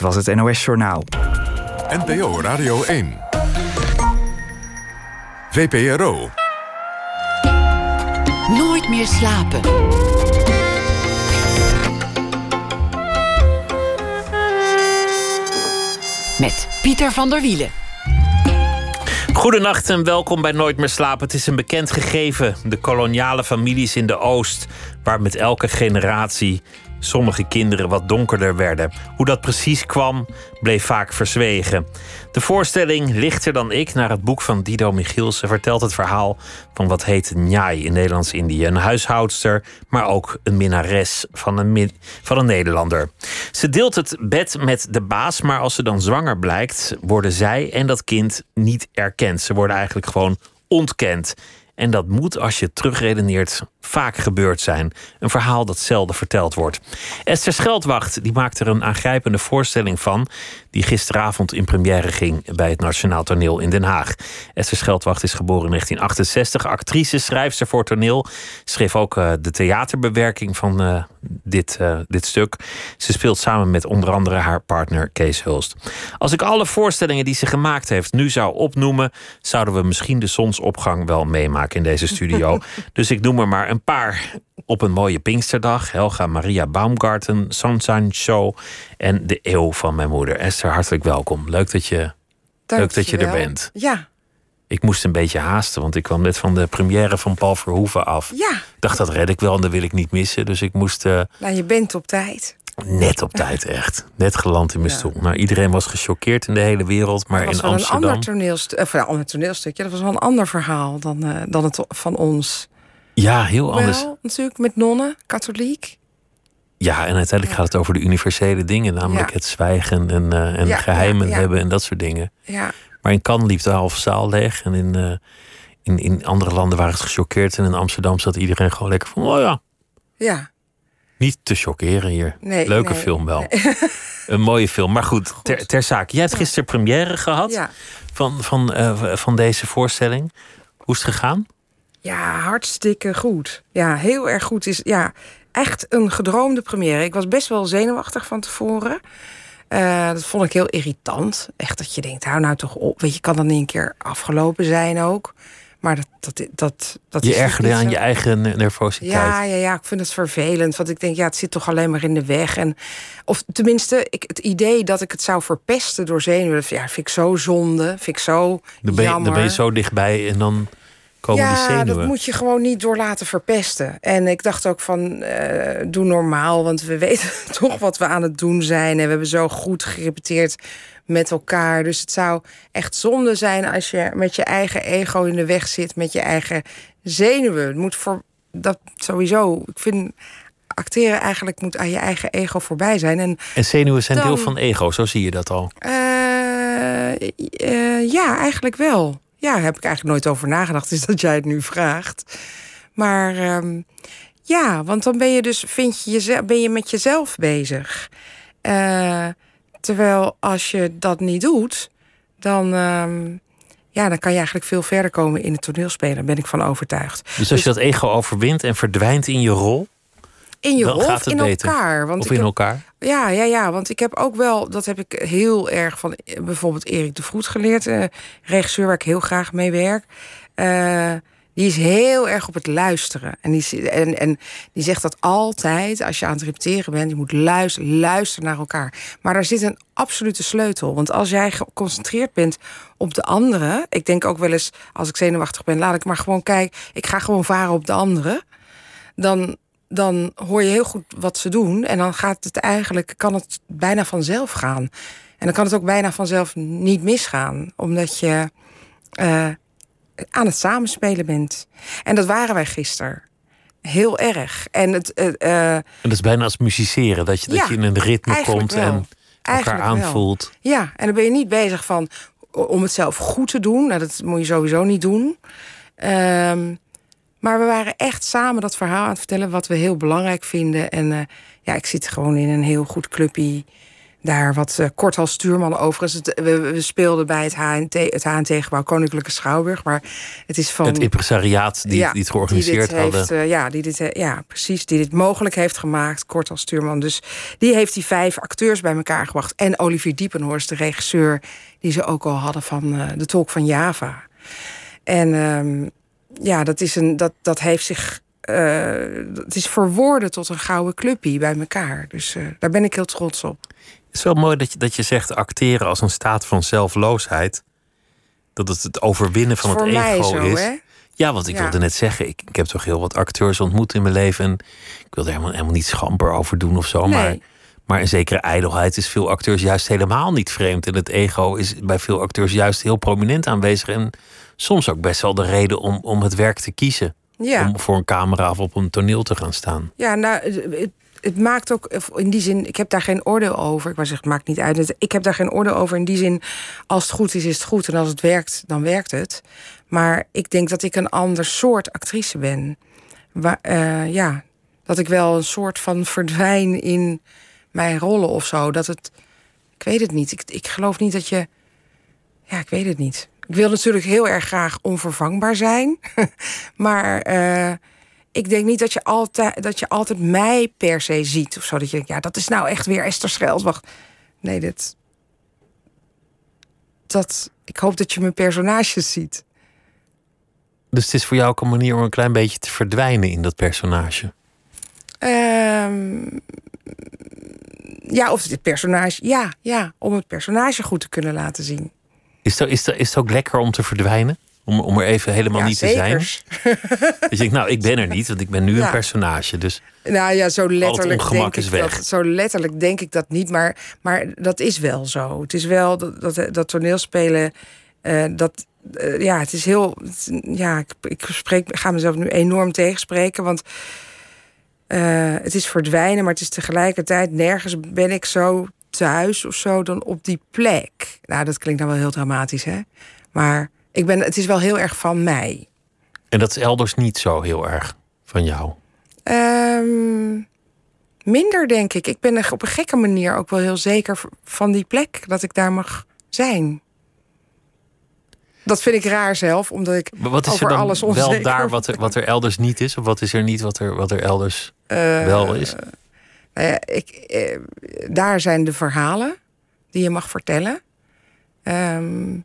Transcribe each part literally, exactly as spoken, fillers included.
was het N O S Journaal. N P O Radio één. V P R O. Nooit meer slapen. Met Pieter van der Wielen. Goedenacht en welkom bij Nooit meer slapen. Het is een bekend gegeven. De koloniale families in de Oost, waar met elke generatie sommige kinderen wat donkerder werden. Hoe dat precies kwam, bleef vaak verzwegen. De voorstelling Lichter dan ik, naar het boek van Dido Michielsen, vertelt het verhaal van wat heet Njai in Nederlands-Indië. Een huishoudster, maar ook een minnares van een, van een Nederlander. Ze deelt het bed met de baas, maar als ze dan zwanger blijkt, worden zij en dat kind niet erkend. Ze worden eigenlijk gewoon ontkend. En dat moet, als je terugredeneert, vaak gebeurd zijn. Een verhaal dat zelden verteld wordt. Esther Scheldwacht die maakt er een aangrijpende voorstelling van, die gisteravond in première ging bij het Nationaal Toneel in Den Haag. Esther Scheldwacht is geboren in negentien achtenzestig. Actrice, schrijfster voor toneel. Schreef ook uh, de theaterbewerking van uh, dit, uh, dit stuk. Ze speelt samen met onder andere haar partner Kees Hulst. Als ik alle voorstellingen die ze gemaakt heeft nu zou opnoemen, zouden we misschien de zonsopgang wel meemaken in deze studio. Dus ik noem er maar een paar. Op een mooie Pinksterdag, Helga Maria Baumgarten, Sunshine Show en De Eeuw van mijn moeder. Esther, hartelijk welkom. Leuk dat je, leuk dat je er bent. Ja. Ik moest een beetje haasten, want ik kwam net van de première van Paul Verhoeven af. Ja. Ik dacht, dat red ik wel en dat wil ik niet missen. Dus ik moest... Uh, nou, je bent op tijd. Net op tijd, echt. Net geland in mijn ja. stoel. Nou, iedereen was gechoqueerd in de hele wereld, maar in Amsterdam... Dat was wel een ander toneelstuk, of een ander toneelstukje. Dat was wel een ander verhaal dan, uh, dan het van ons. Ja, heel anders. Wel, natuurlijk, met nonnen, katholiek. Ja, en uiteindelijk ja. gaat het over de universele dingen. Namelijk ja. het zwijgen en, uh, en ja, geheimen ja, ja. hebben en dat soort dingen. Ja. Maar in Cannes liep de halve zaal leeg. En in, uh, in, in andere landen waren het gechoqueerd. En in Amsterdam zat iedereen gewoon lekker van, oh ja. Ja. Niet te choqueren hier. Nee, Leuke nee, film wel. Nee. Een mooie film. Maar goed, goed. Ter, ter zake. Jij hebt ja. gisteren première gehad ja. van, van, uh, van deze voorstelling. Hoe is het gegaan? Ja, hartstikke goed. Ja, heel erg goed. Is ja, echt een gedroomde première. Ik was best wel zenuwachtig van tevoren. Uh, dat vond ik heel irritant. Echt dat je denkt, hou nou toch op. Weet je, kan dan niet een keer afgelopen zijn ook. Maar dat, dat, dat, dat je is ergerde aan je eigen nervositeit. Ja, ja, ja, ik vind het vervelend. Want ik denk, ja, het zit toch alleen maar in de weg. En, of tenminste, ik, het idee dat ik het zou verpesten door zenuwen, ja, vind ik zo zonde. Vind ik zo dan ben je, jammer. Dan ben je zo dichtbij en dan komen ja, die zenuwen. Ja, dat moet je gewoon niet door laten verpesten. En ik dacht ook van, uh, doe normaal. Want we weten toch wat we aan het doen zijn. En we hebben zo goed gerepeteerd met elkaar. Dus het zou echt zonde zijn als je met je eigen ego in de weg zit, met je eigen zenuwen. Het moet voor dat sowieso. Ik vind acteren eigenlijk moet aan je eigen ego voorbij zijn. En, en zenuwen zijn dan, deel van ego, zo zie je dat al? Uh, uh, ja, eigenlijk wel. Ja, daar heb ik eigenlijk nooit over nagedacht, is dat jij het nu vraagt. Maar um, ja, want dan ben je dus, vind je jezelf, ben je met jezelf bezig. Uh, Terwijl als je dat niet doet, dan, um, ja, dan kan je eigenlijk veel verder komen in het toneelspelen. Daar ben ik van overtuigd. Dus als dus, je dat ego overwint en verdwijnt in je rol, in je dan rol gaat of het in beter. elkaar. Want of ik in heb, elkaar? Ja, ja, ja, want ik heb ook wel, dat heb ik heel erg van bijvoorbeeld Erik de Vroet geleerd. Uh, regisseur waar ik heel graag mee werk. Uh, Die is heel erg op het luisteren. En die, en, en die zegt dat altijd, als je aan het repeteren bent, je moet luisteren, luisteren naar elkaar. Maar daar zit een absolute sleutel. Want als jij geconcentreerd bent op de andere, ik denk ook wel eens, als ik zenuwachtig ben, laat ik maar gewoon kijken, ik ga gewoon varen op de andere. Dan, dan hoor je heel goed wat ze doen. En dan gaat het eigenlijk, kan het bijna vanzelf gaan. En dan kan het ook bijna vanzelf niet misgaan. Omdat je Uh, aan het samenspelen bent. En dat waren wij gisteren. Heel erg. En, het, uh, uh, en dat is bijna als musiceren. Dat je, ja, dat je in een ritme komt wel. En elkaar eigenlijk aanvoelt. Wel. Ja, en dan ben je niet bezig van om het zelf goed te doen. Nou, dat moet je sowieso niet doen. Um, maar we waren echt samen dat verhaal aan het vertellen wat we heel belangrijk vinden. En uh, ja, ik zit gewoon in een heel goed clubje daar wat uh, Korthal Stuurman overigens. Het, we, we speelden bij het H N T, het H N T-gebouw Koninklijke Schouwburg. Maar het is van het impresariaat die, ja, die het georganiseerd die dit hadden. Heeft, uh, ja, die dit, uh, ja, precies. Die dit mogelijk heeft gemaakt, Korthal Stuurman. Dus die heeft die vijf acteurs bij elkaar gebracht. En Olivier Diepenhorst, de regisseur, die ze ook al hadden van uh, De Tolk van Java. En um, ja, dat, is een, dat, dat heeft zich... Uh, het is verworden tot een gouden clubpie bij elkaar. Dus uh, daar ben ik heel trots op. Het is wel mooi dat je, dat je zegt acteren als een staat van zelfloosheid. Dat het het overwinnen van het ego zo, is. Hè? Ja, want ik ja. wilde net zeggen, ik, ik heb toch heel wat acteurs ontmoet in mijn leven. En ik wilde helemaal, helemaal niet schamper over doen of zo. Nee. Maar, maar een zekere ijdelheid is veel acteurs juist helemaal niet vreemd. En het ego is bij veel acteurs juist heel prominent aanwezig. En soms ook best wel de reden om, om het werk te kiezen. Ja. Om voor een camera of op een toneel te gaan staan. Ja, nou, het, het maakt ook in die zin, ik heb daar geen oordeel over. Ik wou zeggen, het maakt niet uit. Ik heb daar geen oordeel over in die zin, als het goed is, is het goed. En als het werkt, dan werkt het. Maar ik denk dat ik een ander soort actrice ben. Waar, uh, ja, dat ik wel een soort van verdwijn in mijn rollen of zo. Dat het, ik weet het niet. Ik, ik geloof niet dat je, ja, ik weet het niet. Ik wil natuurlijk heel erg graag onvervangbaar zijn. maar uh, ik denk niet dat je, altijd, dat je altijd mij per se ziet. Of zo, dat je denkt, ja, dat is nou echt weer Esther Schelsbach. Nee, dit... dat... Ik hoop dat je mijn personages ziet. Dus het is voor jou ook een manier om een klein beetje te verdwijnen in dat personage? Um, ja, of het personage... Ja, ja, om het personage goed te kunnen laten zien. Is het, is, het, is het ook lekker om te verdwijnen? Om, om er even helemaal ja, niet zekers. te zijn? Dus je denkt, nou, ik ben er niet, want ik ben nu ja. een personage. Dus nou ja, zo letterlijk, denk is ik weg. Dat, zo letterlijk denk ik dat niet, maar, maar dat is wel zo. Het is wel dat, dat, dat toneelspelen, uh, dat, uh, ja, het is heel... Het, ja, ik, ik spreek, ga mezelf nu enorm tegenspreken, want uh, het is verdwijnen, maar het is tegelijkertijd nergens ben ik zo thuis of zo dan op die plek. Nou, dat klinkt dan wel heel dramatisch, hè? Maar ik ben, het is wel heel erg van mij. En dat is elders niet zo heel erg van jou? Um, minder, denk ik. Ik ben op een gekke manier ook wel heel zeker van die plek, dat ik daar mag zijn. Dat vind ik raar zelf, omdat ik maar wat is over er dan alles onzeker wel daar wat er, wat er elders niet is? Of wat is er niet wat er, wat er elders uh, wel is? Nou ja, ik, eh, daar zijn de verhalen die je mag vertellen. Um,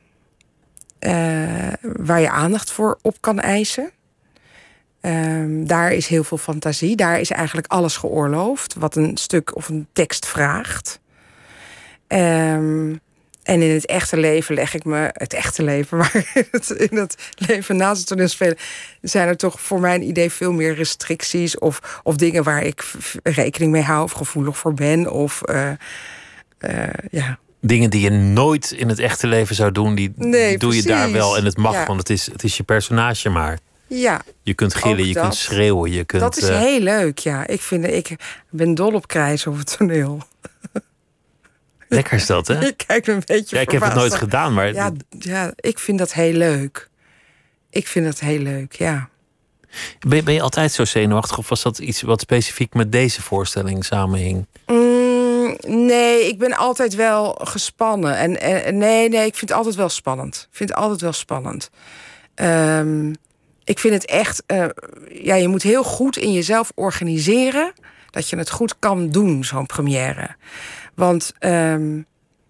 uh, waar je aandacht voor op kan eisen. Um, daar is heel veel fantasie. Daar is eigenlijk alles geoorloofd wat een stuk of een tekst vraagt. Um, en in het echte leven leg ik me... Het echte leven, maar in het, in het leven naast het toneelspelen zijn er toch voor mijn idee veel meer restricties of, of dingen waar ik f- rekening mee hou of gevoelig voor ben. Of uh, uh, ja... Dingen die je nooit in het echte leven zou doen, die nee, doe precies. je daar wel. En het mag, ja. want het is, het is je personage maar. Ja, je kunt gillen, je dat. kunt schreeuwen. Je kunt, dat is uh... heel leuk, ja. Ik, vind, ik ben dol op krijzen op het toneel. Lekker is dat, hè? Ik kijk een beetje ja, ik heb het nooit aan. gedaan, maar... Ja, ja, ik vind dat heel leuk. Ik vind dat heel leuk, ja. Ben je, ben je altijd zo zenuwachtig? Of was dat iets wat specifiek met deze voorstelling samenhing? Mm, nee, ik ben altijd wel gespannen. En, en nee, nee, ik vind het altijd wel spannend. Ik vind het altijd wel spannend. Um, ik vind het echt... Uh, ja, je moet heel goed in jezelf organiseren dat je het goed kan doen, zo'n première. Want um,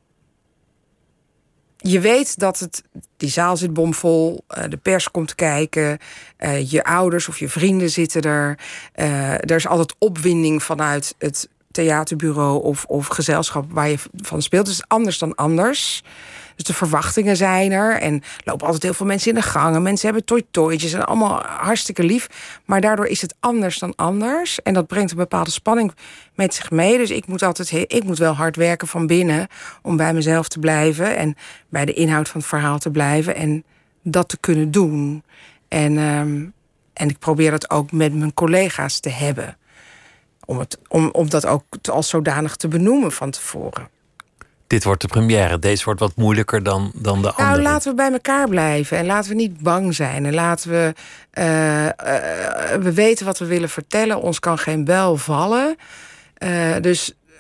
je weet dat het... Die zaal zit bomvol, uh, de pers komt kijken... Uh, je ouders of je vrienden zitten er. Uh, er is altijd opwinding vanuit het theaterbureau of, of gezelschap waar je van speelt. Dus anders dan anders. Dus de verwachtingen zijn er. En er lopen altijd heel veel mensen in de gangen. Mensen hebben toy-toytjes en allemaal hartstikke lief. Maar daardoor is het anders dan anders. En dat brengt een bepaalde spanning met zich mee. Dus ik moet altijd he- ik moet wel hard werken van binnen om bij mezelf te blijven. En bij de inhoud van het verhaal te blijven. En dat te kunnen doen. En, um, en ik probeer dat ook met mijn collega's te hebben. Om, het, om, om dat ook als zodanig te benoemen van tevoren. Dit wordt de première. Deze wordt wat moeilijker dan, dan de andere. Nou, laten we bij elkaar blijven. En laten we niet bang zijn. En laten we... Uh, uh, we weten wat we willen vertellen. Ons kan geen bel vallen. Uh, dus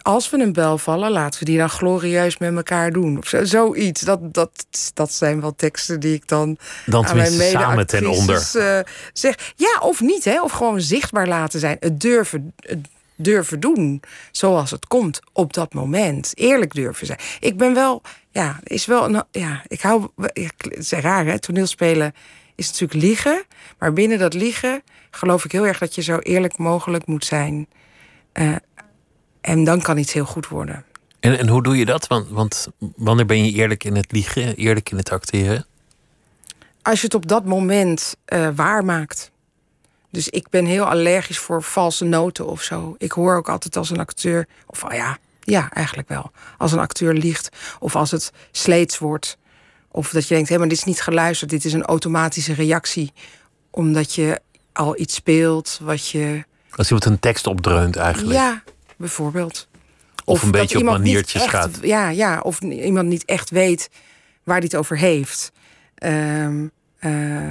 als we een bel vallen, laten we die dan glorieus met elkaar doen. Of zo, zoiets. Dat, dat, dat zijn wel teksten die ik dan, dan aan mijn samen ten onder. Uh, zeg. Ja, of niet, hè? Of gewoon zichtbaar laten zijn. Het durven, het durven doen zoals het komt op dat moment. Eerlijk durven zijn. Ik ben wel, ja, is wel een, ja, ik hou, het is raar, hè? Toneelspelen is natuurlijk liegen. Maar binnen dat liegen geloof ik heel erg dat je zo eerlijk mogelijk moet zijn. Uh, en dan kan iets heel goed worden. En, en hoe doe je dat? Want, want wanneer ben je eerlijk in het liegen, eerlijk in het acteren? Als je het op dat moment uh, waarmaakt. Dus ik ben heel allergisch voor valse noten of zo. Ik hoor ook altijd als een acteur, of oh ja, ja, eigenlijk wel. Als een acteur liegt, of als het sleets wordt. Of dat je denkt, hé, maar dit is niet geluisterd. Dit is een automatische reactie. Omdat je al iets speelt wat je... Als iemand een tekst opdreunt eigenlijk. Ja, bijvoorbeeld. Of, of een beetje op maniertjes echt, gaat. Ja, ja, of iemand niet echt weet waar hij het over heeft. Um, uh,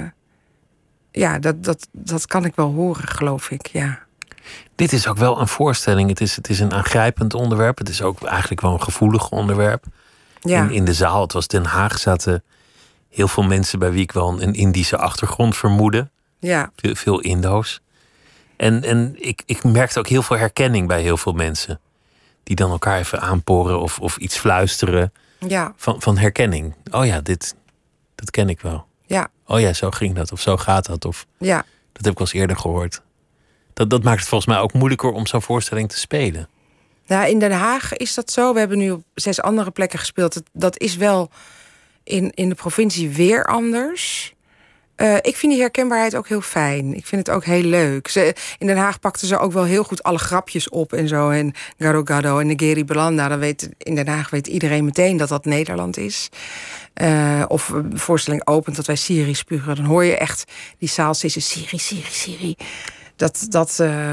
ja, dat, dat, dat kan ik wel horen, geloof ik, ja. Dit is ook wel een voorstelling. Het is, het is een aangrijpend onderwerp. Het is ook eigenlijk wel een gevoelig onderwerp. Ja. In, in de zaal, het was Den Haag, zaten heel veel mensen bij wie ik wel een Indische achtergrond vermoedde. Ja. Veel, veel Indo's. En, en ik, ik merkte ook heel veel herkenning bij heel veel mensen. Die dan elkaar even aanporen of, of iets fluisteren. Ja. Van, van herkenning. Oh ja, dit, dat ken ik wel. Ja. Oh ja, zo ging dat. Of zo gaat dat. Of ja. Dat heb ik wel eens eerder gehoord. Dat, dat maakt het volgens mij ook moeilijker om zo'n voorstelling te spelen. Nou, in Den Haag is dat zo. We hebben nu op zes andere plekken gespeeld. Dat is wel in, in de provincie weer anders. Uh, ik vind die herkenbaarheid ook heel fijn. Ik vind het ook heel leuk. Ze, in Den Haag pakten ze ook wel heel goed alle grapjes op en zo. En Gado Gado en Negeri Belanda. Dan weet, in Den Haag weet iedereen meteen dat dat Nederland is. Uh, of de voorstelling opent dat wij Siri spugen. Dan hoor je echt die zaal zitten. Siri, Siri, Siri. Dat, dat, uh,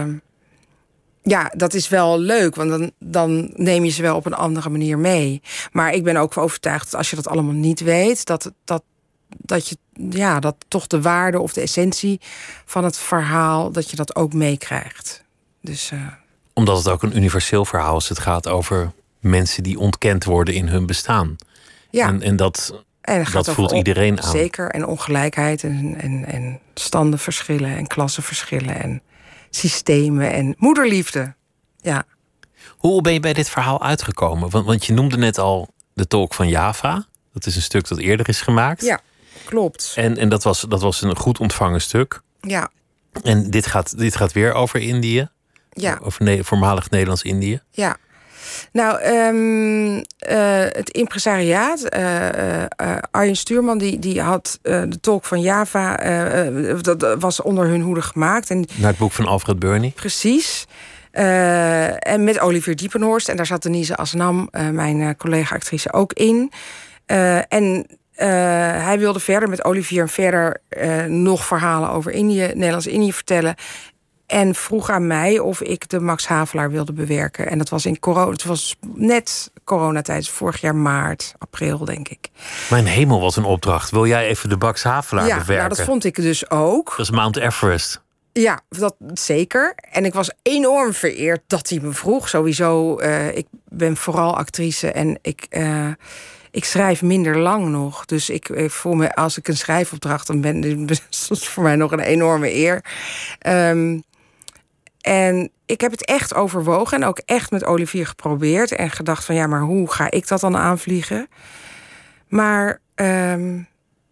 ja, dat is wel leuk. Want dan, dan neem je ze wel op een andere manier mee. Maar ik ben ook overtuigd dat als je dat allemaal niet weet... dat, dat dat je ja, dat toch de waarde of de essentie van het verhaal, dat je dat ook meekrijgt. Dus, uh... Omdat het ook een universeel verhaal is. Het gaat over mensen die ontkend worden in hun bestaan. Ja. En, en dat, en dat voelt op, iedereen aan. Zeker. En ongelijkheid en, en, en standenverschillen en klassenverschillen en systemen en moederliefde. Ja. Hoe ben je bij dit verhaal uitgekomen? Want, want je noemde net al de Tolk van Java. Dat is een stuk dat eerder is gemaakt. Ja. Klopt. En, en dat, was, dat was een goed ontvangen stuk. Ja. En dit gaat, dit gaat weer over Indië. Ja. Over ne- voormalig Nederlands-Indië. Ja. Nou, um, uh, het impresariaat, uh, uh, Arjen Stuurman, die, die had uh, de Tolk van Java, uh, uh, dat was onder hun hoede gemaakt. En, naar het boek van Alfred Burney. Precies. Uh, en met Olivier Diepenhorst. En daar zat Denise Asnam, uh, mijn uh, collega-actrice, ook in. Uh, en Uh, hij wilde verder met Olivier verder uh, nog verhalen over Indië, Nederlands-Indië vertellen. En vroeg aan mij of ik de Max Havelaar wilde bewerken. En dat was in corona. Het was net coronatijd, vorig jaar maart, april, denk ik. Mijn hemel, wat een opdracht. Wil jij even de Max Havelaar ja, bewerken? Ja, nou, dat vond ik dus ook. Dat is Mount Everest. Ja, dat zeker. En ik was enorm vereerd dat hij me vroeg. Sowieso, uh, ik ben vooral actrice en ik... Uh, Ik schrijf minder lang nog. Dus ik, ik voel me, als ik een schrijfopdracht, dan ben dat is voor mij nog een enorme eer. Um, en ik heb het echt overwogen en ook echt met Olivier geprobeerd. En gedacht van ja, maar hoe ga ik dat dan aanvliegen? Maar um,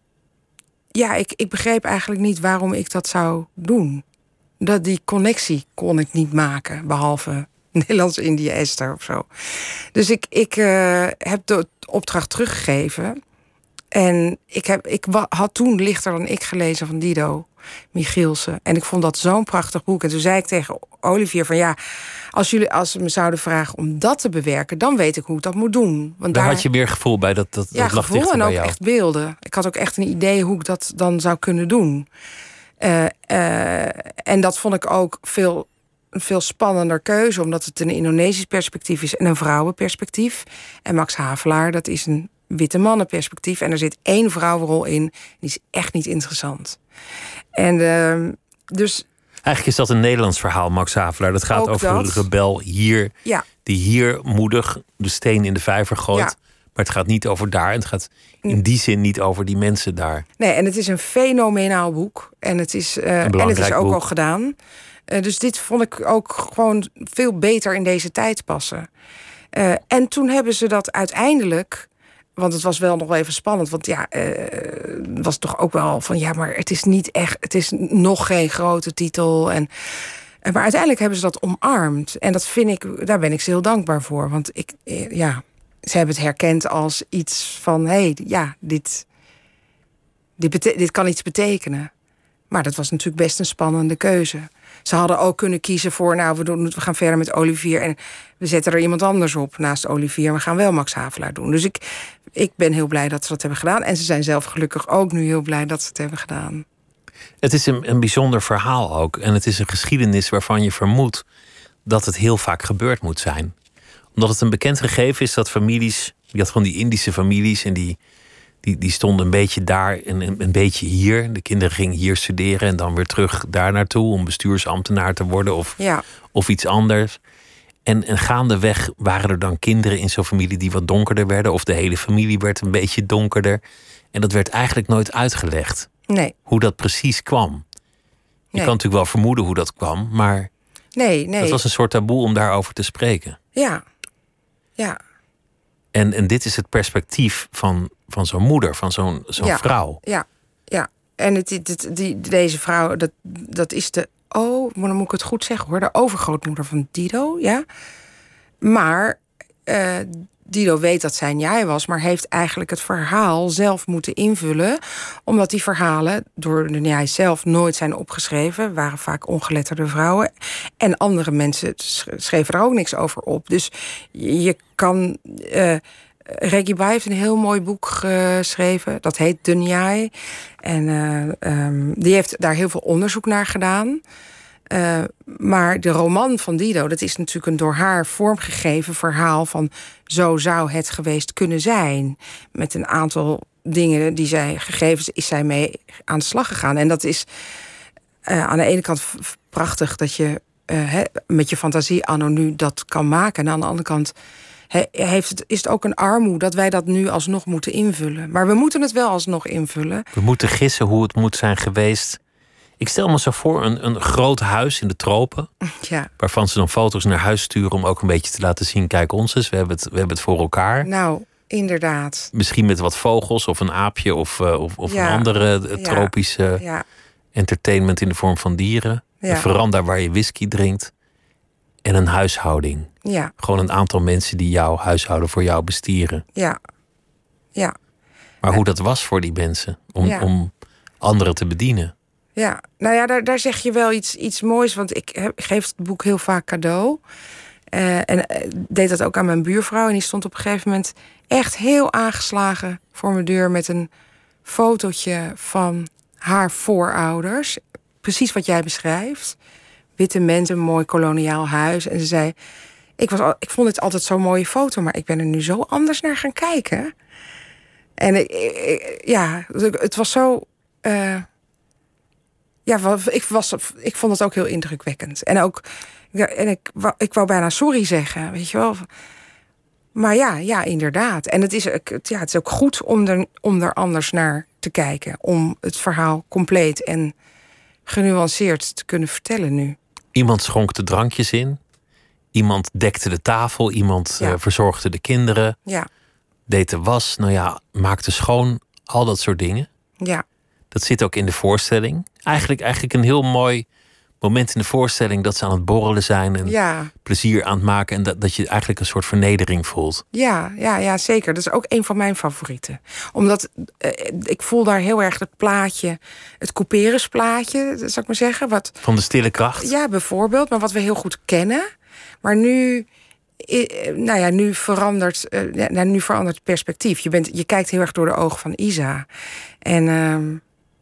ja, ik, ik begreep eigenlijk niet waarom ik dat zou doen. Dat die connectie kon ik niet maken, behalve Nederlands-Indië Esther of zo. Dus ik, ik uh, heb de opdracht teruggegeven. En ik, heb, ik had toen Lichter dan ik gelezen van Dido Michielsen. En ik vond dat zo'n prachtig boek. En toen zei ik tegen Olivier van ja, als jullie als ze me zouden vragen om dat te bewerken, dan weet ik hoe ik dat moet doen. Want daar, daar had je meer gevoel bij, dat, dat, ja, dat lag gevoel en ook jou. echt beelden. Ik had ook echt een idee hoe ik dat dan zou kunnen doen. Uh, uh, en dat vond ik ook veel... een veel spannender keuze, omdat het een Indonesisch perspectief is en een vrouwenperspectief. En Max Havelaar, dat is een witte mannenperspectief. En er zit één vrouwenrol in, die is echt niet interessant. En uh, dus... Eigenlijk is dat een Nederlands verhaal, Max Havelaar. Dat gaat Ook over dat. een rebel hier, Ja. die hier moedig de steen in de vijver gooit. Ja. Maar het gaat niet over daar. En het gaat in die zin niet over die mensen daar. Nee, en het is een fenomenaal boek. En het is, uh, en het is ook boek. al gedaan. Uh, dus dit vond ik ook gewoon veel beter in deze tijd passen. Uh, en toen hebben ze dat uiteindelijk... Want het was wel nog wel even spannend. Want ja, uh, het was toch ook wel van... ja, maar het is niet echt... het is nog geen grote titel. En, en, maar uiteindelijk hebben ze dat omarmd. En dat vind ik... daar ben ik ze heel dankbaar voor. Want ik... ja, ze hebben het herkend als iets van... hé, hey, ja, dit... Dit, bete- dit kan iets betekenen. Maar dat was natuurlijk best een spannende keuze. Ze hadden ook kunnen kiezen voor... nou, we, doen, we gaan verder met Olivier... en we zetten er iemand anders op naast Olivier... en we gaan wel Max Havelaar doen. Dus ik, ik ben heel blij dat ze dat hebben gedaan. En ze zijn zelf gelukkig ook nu heel blij dat ze het hebben gedaan. Het is een, een bijzonder verhaal ook. En het is een geschiedenis waarvan je vermoedt... dat het heel vaak gebeurd moet zijn. Omdat het een bekend gegeven is dat families... je had van die Indische families... en die, die, die stonden een beetje daar en een, een beetje hier. De kinderen gingen hier studeren... en dan weer terug daar naartoe... om bestuursambtenaar te worden of, Ja. of iets anders. En, en gaandeweg waren er dan kinderen in zo'n familie... die wat donkerder werden... of de hele familie werd een beetje donkerder. En dat werd eigenlijk nooit uitgelegd. Nee. Hoe dat precies kwam. Je Nee. kan natuurlijk wel vermoeden hoe dat kwam... maar Nee, nee. het was een soort taboe om daarover te spreken. Ja. Ja. En, en dit is het perspectief van, van zo'n moeder, van zo'n zo'n Ja. vrouw. Ja. Ja. En het, het, die, deze vrouw, dat, dat is de... oh, maar dan moet ik het goed zeggen hoor. De overgrootmoeder van Dido, ja. Maar uh, Dido weet dat zij Njai was... maar heeft eigenlijk het verhaal zelf moeten invullen... omdat die verhalen door de Njai zelf nooit zijn opgeschreven... waren vaak ongeletterde vrouwen. En andere mensen schreven er ook niks over op. Dus je kan... Uh, Reggie Bai heeft een heel mooi boek geschreven. Dat heet De Njai. En uh, um, die heeft daar heel veel onderzoek naar gedaan... Uh, maar de roman van Dido, dat is natuurlijk een door haar vormgegeven verhaal... van zo zou het geweest kunnen zijn. Met een aantal dingen die zij gegevens is zij mee aan de slag gegaan. En dat is uh, aan de ene kant f- prachtig dat je uh, he, met je fantasie anno nu dat kan maken. En aan de andere kant he, heeft het, is het ook een armoede dat wij dat nu alsnog moeten invullen. Maar we moeten het wel alsnog invullen. We moeten gissen hoe het moet zijn geweest... Ik stel me zo voor een, een groot huis in de tropen... Ja. waarvan ze dan foto's naar huis sturen... om ook een beetje te laten zien, kijk ons eens, we hebben het, we hebben het voor elkaar. Nou, inderdaad. Misschien met wat vogels of een aapje... of, uh, of, of Ja. een andere uh, tropische Ja. Ja. entertainment in de vorm van dieren. Ja. Een veranda waar je whisky drinkt. En een huishouding. Ja. Gewoon een aantal mensen die jouw huishouden voor jou bestieren. Ja. Ja. Maar hoe dat was voor die mensen om, Ja. om anderen te bedienen. Ja, nou ja, daar, daar zeg je wel iets, iets moois. Want ik, heb, ik geef het boek heel vaak cadeau. Uh, en uh, deed dat ook aan mijn buurvrouw. En die stond op een gegeven moment echt heel aangeslagen voor mijn deur... met een fotootje van haar voorouders. Precies wat jij beschrijft. Witte mensen, een mooi koloniaal huis. En ze zei, ik, was al, ik vond het altijd zo'n mooie foto... maar ik ben er nu zo anders naar gaan kijken. En ik, ik, ja, het was zo... Uh, Ja, ik, was, ik vond het ook heel indrukwekkend. En ook, ja, en ik, ik wou bijna sorry zeggen, weet je wel. Maar ja, ja, inderdaad. En het is, ja, het is ook goed om er, om er anders naar te kijken. Om het verhaal compleet en genuanceerd te kunnen vertellen nu. Iemand schonk de drankjes in. Iemand dekte de tafel. Iemand Ja. uh, verzorgde de kinderen. Ja, Deed de was. Nou ja, maakte schoon. Al dat soort dingen. ja, Dat zit ook in de voorstelling. Eigenlijk, eigenlijk een heel mooi moment in de voorstelling... dat ze aan het borrelen zijn en ja, plezier aan het maken... en dat, dat je eigenlijk een soort vernedering voelt. ja, ja, ja, zeker. Dat is ook een van mijn favorieten. Omdat eh, ik voel daar heel erg het plaatje... het couperusplaatje, zou ik maar zeggen. Wat, Van de stille kracht. ja, bijvoorbeeld, maar wat we heel goed kennen. Maar nu... Nou ja, nu verandert, uh, nou, nu verandert het perspectief. Je, bent, je kijkt heel erg door de ogen van Isa. En uh,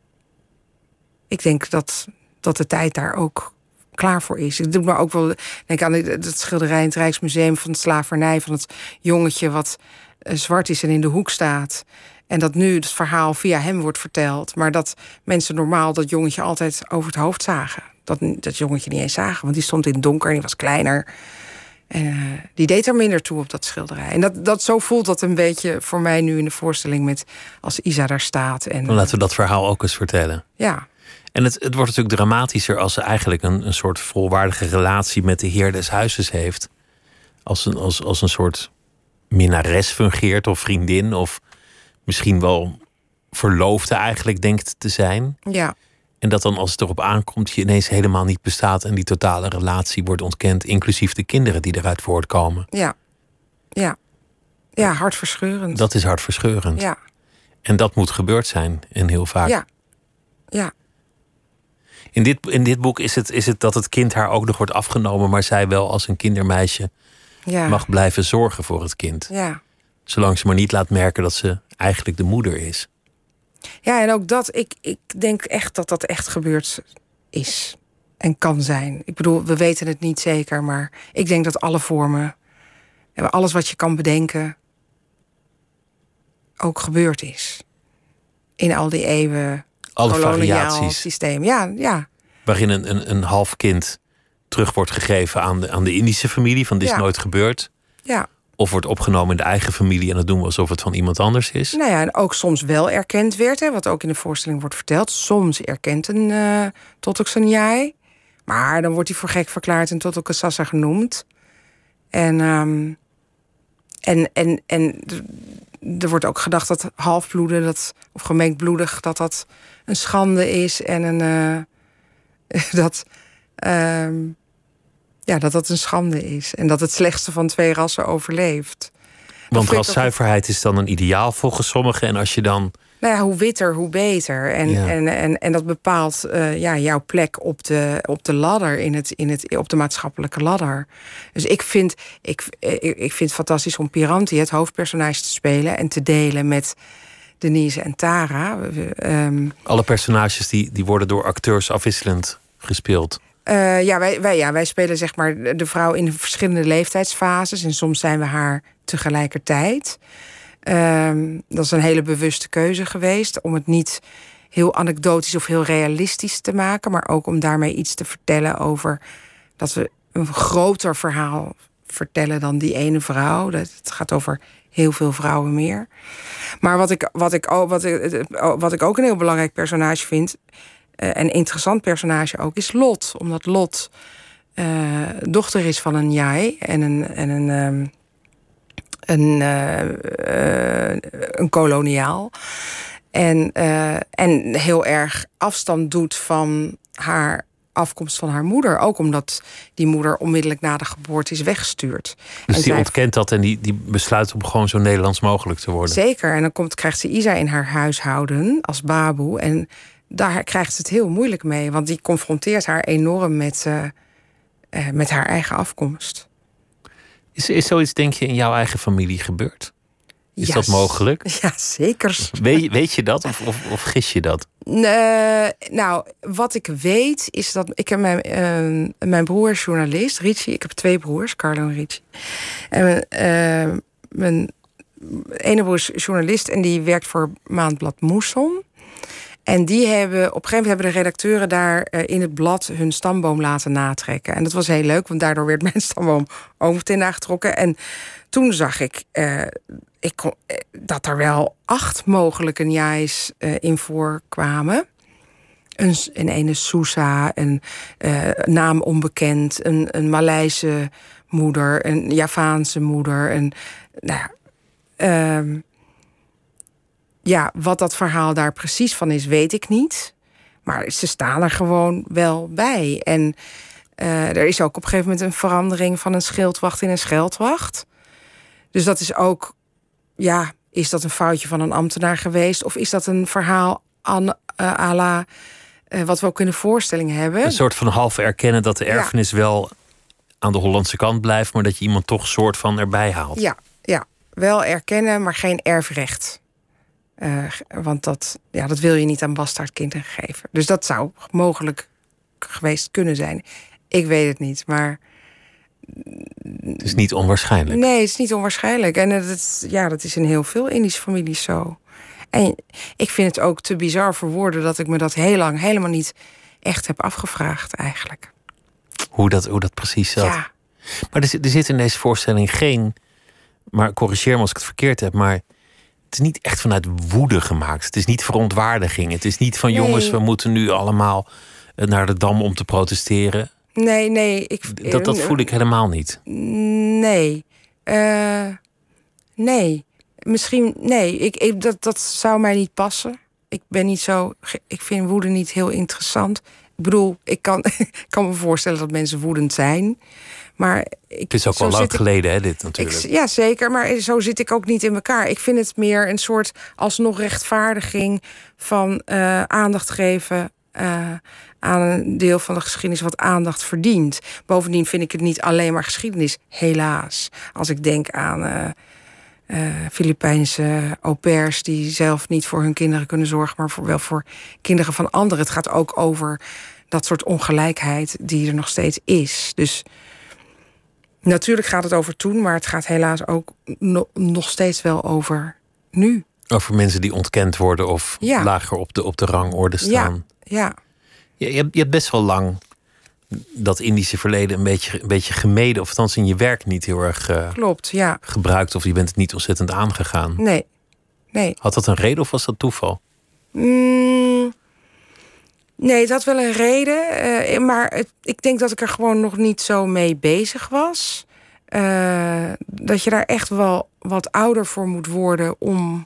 ik denk dat, dat de tijd daar ook klaar voor is. Ik doe me ook wel denk aan het schilderij in het Rijksmuseum van de slavernij... van het jongetje wat uh, zwart is en in de hoek staat. En dat nu het verhaal via hem wordt verteld. Maar dat mensen normaal dat jongetje altijd over het hoofd zagen. dat, dat jongetje niet eens zagen. Want die stond in het donker en die was kleiner. En uh, die deed er minder toe op dat schilderij. En dat, dat, zo voelt dat een beetje voor mij nu in de voorstelling met als Isa daar staat. En, Dan laten we dat verhaal ook eens vertellen. Ja. En het, het wordt natuurlijk dramatischer als ze eigenlijk een, een soort volwaardige relatie met de heer des huizes heeft. Als een, als, als een soort minnares fungeert of vriendin of misschien wel verloofde eigenlijk denkt te zijn. Ja. En dat dan als het erop aankomt je ineens helemaal niet bestaat en die totale relatie wordt ontkend, inclusief de kinderen die eruit voortkomen. Ja. Ja. Ja, hartverscheurend. Dat is hartverscheurend. Ja. En dat moet gebeurd zijn en heel vaak. Ja. Ja. In dit, in dit boek is het, is het dat het kind haar ook nog wordt afgenomen, maar zij wel als een kindermeisje Ja. mag blijven zorgen voor het kind. Ja. Zolang ze maar niet laat merken dat ze eigenlijk de moeder is. Ja, en ook dat, ik, ik denk echt dat dat echt gebeurd is. En kan zijn. Ik bedoel, we weten het niet zeker, maar ik denk dat alle vormen, alles wat je kan bedenken, ook gebeurd is. In al die eeuwen. Alle koloniaal variaties. systeem. Ja, ja. Waarin een, een, een half kind terug wordt gegeven aan de, aan de Indische familie. Van dit is Ja. nooit gebeurd. Ja. Of wordt opgenomen in de eigen familie en dat doen we alsof het van iemand anders is. Nou ja, en ook soms wel erkend werd, hè, wat ook in de voorstelling wordt verteld. Soms erkent een uh, Totok Njai. Maar dan wordt hij voor gek verklaard en Totok Sassa genoemd. En, um, en, en, en er wordt ook gedacht dat halfbloeden, dat, of gemengdbloedig, dat dat een schande is. En een, uh, dat, um, ja, dat dat een schande is. En dat het slechtste van twee rassen overleeft. Want vind ik raszuiverheid is dan een ideaal volgens sommigen. En als je dan... Nou ja, hoe witter, hoe beter. En, Ja. en, en, en dat bepaalt uh, ja, jouw plek op de, op de ladder, in het, in het, op de maatschappelijke ladder. Dus ik vind, ik, ik, ik vind het fantastisch om Piranti, het hoofdpersonage, te spelen en te delen met Denise en Tara. Um, Alle personages die, die worden door acteurs afwisselend gespeeld. Uh, ja, wij, wij, ja, wij spelen zeg maar de vrouw in de verschillende leeftijdsfases. En soms zijn we haar tegelijkertijd. Um, dat is een hele bewuste keuze geweest. Om het niet heel anekdotisch of heel realistisch te maken. Maar ook om daarmee iets te vertellen over dat we een groter verhaal vertellen dan die ene vrouw. Dat, het gaat over heel veel vrouwen meer. Maar wat ik, wat ik, wat ik, wat ik ook een heel belangrijk personage vind, een interessant personage ook, is Lot. Omdat Lot uh, dochter is van een Njai en een, en een, um, een, uh, uh, een koloniaal. En, uh, en heel erg afstand doet van haar afkomst van haar moeder. Ook omdat die moeder onmiddellijk na de geboorte is weggestuurd. Dus en die zij... ontkent dat en die, die besluit om gewoon zo Nederlands mogelijk te worden. Zeker. En dan komt, krijgt ze Isa in haar huishouden als baboe. En daar krijgt ze het heel moeilijk mee. Want die confronteert haar enorm met, uh, uh, met haar eigen afkomst. Is, is zoiets, denk je, in jouw eigen familie gebeurd? Is Ja, dat mogelijk? Ja, zeker. Weet, weet je dat of, of, of gis je dat? Uh, nou, wat ik weet is dat... Ik heb mijn, uh, mijn broer is journalist, Richie. Ik heb twee broers, Carlo en Richie. En uh, mijn ene broer is journalist en die werkt voor maandblad Moesson. En die hebben, op een gegeven moment hebben de redacteuren daar uh, in het blad hun stamboom laten natrekken. En dat was heel leuk, want daardoor werd mijn stamboom ook meteen nagetrokken. En toen zag ik, uh, ik kon, uh, dat er wel acht mogelijke Njais uh, in voorkwamen. Een, een ene Sousa, een uh, naam onbekend, een, een Maleise moeder, een Javaanse moeder. Een, nou ja, uh, Ja, wat dat verhaal daar precies van is, weet ik niet. Maar ze staan er gewoon wel bij. En uh, er is ook op een gegeven moment een verandering van een schildwacht in een scheldwacht. Dus dat is ook, ja, is dat een foutje van een ambtenaar geweest? Of is dat een verhaal aan, uh, à la uh, wat we ook in de voorstelling hebben? Een soort van half erkennen dat de erfenis ja. wel aan de Hollandse kant blijft, maar dat je iemand toch soort van erbij haalt. Ja, ja, wel erkennen, maar geen erfrecht. Uh, want dat, ja, dat wil je niet aan bastaardkinderen geven. Dus dat zou mogelijk geweest kunnen zijn. Ik weet het niet, maar... Het is niet onwaarschijnlijk. Nee, het is niet onwaarschijnlijk. En het, ja, dat is in heel veel Indische families zo. En ik vind het ook te bizar voor woorden dat ik me dat heel lang helemaal niet echt heb afgevraagd eigenlijk. Hoe dat, hoe dat precies zat. Ja. Maar er, zit- er zit in deze voorstelling geen... Maar corrigeer me als ik het verkeerd heb, maar... Het is niet echt vanuit woede gemaakt. Het is niet verontwaardiging. Het is niet van Nee. jongens, we moeten nu allemaal eh, naar de Dam om te protesteren. Nee, nee. Ik, Dat, dat voel ik helemaal niet. Nee. Eh, nee. Misschien, nee. Ik, ik, dat, dat zou mij niet passen. Ik ben niet zo... ge- Ik vind woede niet heel interessant. Ik bedoel, ik kan, ik kan me voorstellen dat mensen woedend zijn. Maar ik, Het is ook zo wel lang zit ik- geleden, hè, dit Ik, natuurlijk. ja, zeker. Maar zo zit ik ook niet in elkaar. Ik vind het meer een soort alsnog rechtvaardiging van eh, aandacht geven eh, aan een deel van de geschiedenis wat aandacht verdient. Bovendien vind ik het niet alleen maar geschiedenis, helaas. Als ik denk aan eh eh, Filipijnse au pairs die zelf niet voor hun kinderen kunnen zorgen, maar voor, wel voor kinderen van anderen. Het gaat ook over dat soort ongelijkheid die er nog steeds is. Dus natuurlijk gaat het over toen, maar het gaat helaas ook no- nog steeds wel over nu. Over mensen die ontkend worden of Ja. lager op de, op de rangorde staan. Ja, Je, je, hebt, je hebt best wel lang dat Indische verleden een beetje, een beetje gemeden. Of althans in je werk niet heel erg eh, klopt. Ja, gebruikt. Of je bent het niet ontzettend aangegaan. nee. Nee. Had dat een reden of was dat toeval? Mm, nee, het had wel een reden. eh, maar het- ik denk dat ik er gewoon nog niet zo mee bezig was. Eh, dat je daar echt wel wat ouder voor moet worden om...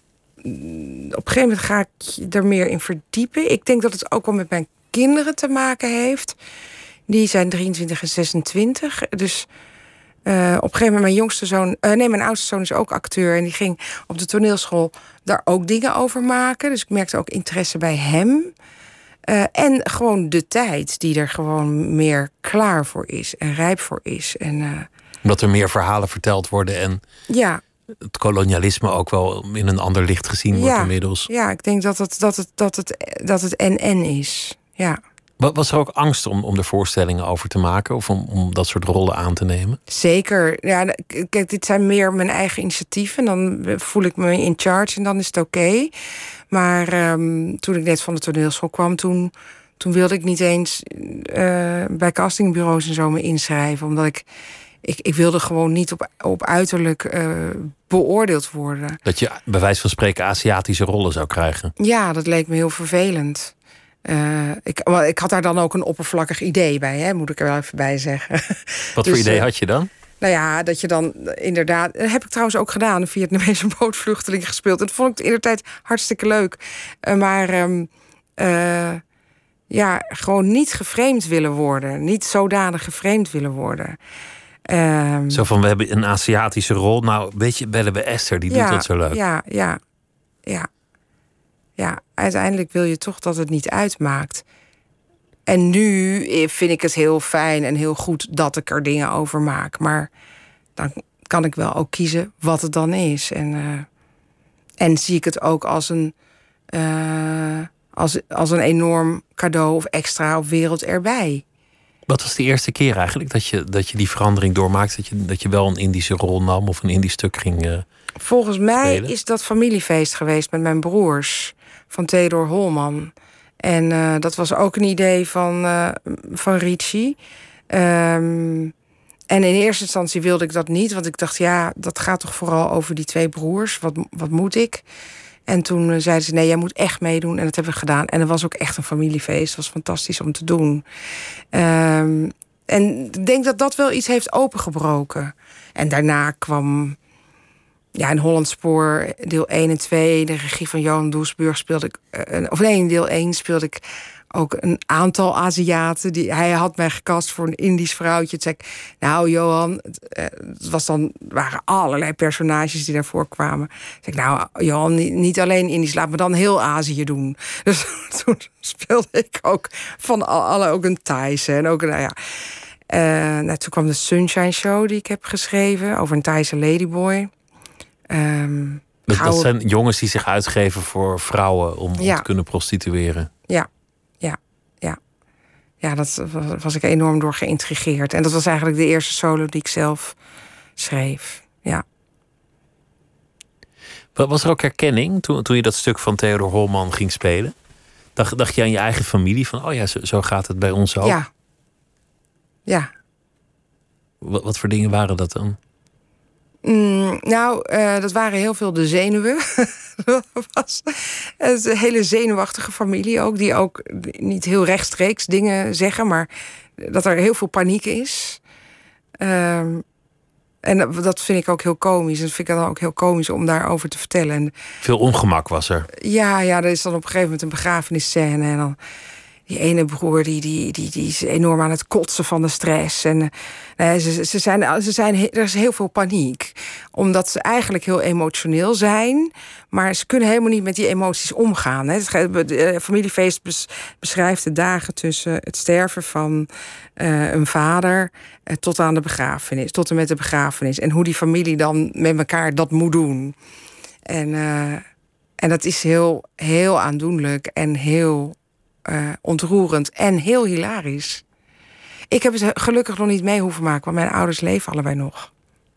Mm, op een gegeven moment ga ik je er meer in verdiepen. Ik denk dat het ook wel met mijn kinderen te maken heeft. Die zijn drieëntwintig en zesentwintig. Dus eh, op een gegeven moment mijn jongste zoon... eh, nee, mijn oudste zoon is ook acteur. En die ging op de toneelschool daar ook dingen over maken. Dus ik merkte ook interesse bij hem. Eh, en gewoon de tijd die er gewoon meer klaar voor is. En rijp voor is. En eh, Omdat er meer verhalen verteld worden en ja, het kolonialisme ook wel in een ander licht gezien wordt ja, inmiddels. ja, ik denk dat het, dat het, dat het, dat het en-en is. Ja. Wa- Was er ook angst om, om er voorstellingen over te maken? Of om, om dat soort rollen aan te nemen? Zeker. Ja, k- kijk, dit zijn meer mijn eigen initiatieven. Dan voel ik me in charge en dan is het oké. Maar ehm, toen ik net van de toneelschool kwam, toen, toen wilde ik niet eens eh, bij castingbureaus en zo me inschrijven. Omdat ik, ik, ik wilde gewoon niet op, op uiterlijk eh, beoordeeld worden. Dat je bij wijze van spreken Aziatische rollen zou krijgen. Ja, dat leek me heel vervelend. Eh, ik, maar ik had daar dan ook een oppervlakkig idee bij, hè, moet ik er wel even bij zeggen. Wat Dus, voor idee eh, had je dan? Nou ja, dat je dan inderdaad... Dat heb ik trouwens ook gedaan, een Vietnamese bootvluchteling gespeeld. En dat vond ik in de tijd hartstikke leuk. Eh, maar ehm, eh, ja, gewoon niet geframed willen worden. Niet zodanig geframed willen worden. Ehm, Zo van, we hebben een Aziatische rol. Nou, weet je, bellen we Esther, die doet dat zo leuk. Ja, ja, ja. Ja, uiteindelijk wil je toch dat het niet uitmaakt. En nu vind ik het heel fijn en heel goed dat ik er dingen over maak. Maar dan kan ik wel ook kiezen wat het dan is. En, uh, en zie ik het ook als een, uh, als, als een enorm cadeau of extra op wereld erbij. Wat was de eerste keer eigenlijk dat je, dat je die verandering doormaakt? Dat je, dat je wel een Indische rol nam of een Indisch stuk ging uh, Volgens mij spelen? is dat familiefeest geweest met mijn broers van Theodor Holman. En uh, dat was ook een idee van, uh, van Ricci. Um, en in eerste instantie wilde ik dat niet. Want ik dacht, ja, dat gaat toch vooral over die twee broers. Wat, wat moet ik? En toen uh, zeiden ze, nee, jij moet echt meedoen. En dat hebben we gedaan. En het was ook echt een familiefeest. Het was fantastisch om te doen. Um, en ik denk dat dat wel iets heeft opengebroken. En daarna kwam... Ja, in Hollandspoor, deel één en twee, de regie van Johan Doesburg speelde ik... Uh, of nee, in deel één speelde ik ook een aantal Aziaten. Die, hij had mij gecast voor een Indisch vrouwtje. Toen zei ik, nou Johan, het, uh, het was dan, waren allerlei personages die daarvoor kwamen. Toen zei ik, nou Johan, niet, niet alleen Indisch, laat me dan heel Azië doen. Dus toen speelde ik ook van alle, ook een Thaise en ook een, nou ja... Uh, nou, toen kwam de Sunshine Show die ik heb geschreven over een Thaise ladyboy. Um, dat, dat zijn jongens die zich uitgeven voor vrouwen om, ja. om te kunnen prostitueren. Ja, ja, ja. Ja, dat was ik enorm door geïntrigeerd. En dat was eigenlijk de eerste solo die ik zelf schreef. Ja. Was er ook herkenning toen, toen je dat stuk van Theodor Holman ging spelen? Dacht, dacht je aan je eigen familie? Van, oh ja, zo, zo gaat het bij ons ook. Ja. Ja. Wat, wat voor dingen waren dat dan? Mm, nou, uh, dat waren heel veel de zenuwen. Dat was een hele zenuwachtige familie ook. Die ook niet heel rechtstreeks dingen zeggen. Maar dat er heel veel paniek is. Um, en dat vind ik ook heel komisch. En dat vind ik dan ook heel komisch om daarover te vertellen. En veel ongemak was er. Ja, ja, er is dan op een gegeven moment een begrafenisscène. En dan die ene broer die, die, die, die is enorm aan het kotsen van de stress. En uh, ze, ze zijn, ze zijn, er is heel veel paniek. Omdat ze eigenlijk heel emotioneel zijn. Maar ze kunnen helemaal niet met die emoties omgaan. Hè. Het uh, familiefeest bes, beschrijft de dagen tussen het sterven van uh, een vader uh, tot aan de begrafenis. Tot en met de begrafenis. En hoe die familie dan met elkaar dat moet doen. En, uh, en dat is heel, heel aandoenlijk en heel Uh, ontroerend en heel hilarisch. Ik heb het gelukkig nog niet mee hoeven maken, want mijn ouders leven allebei nog.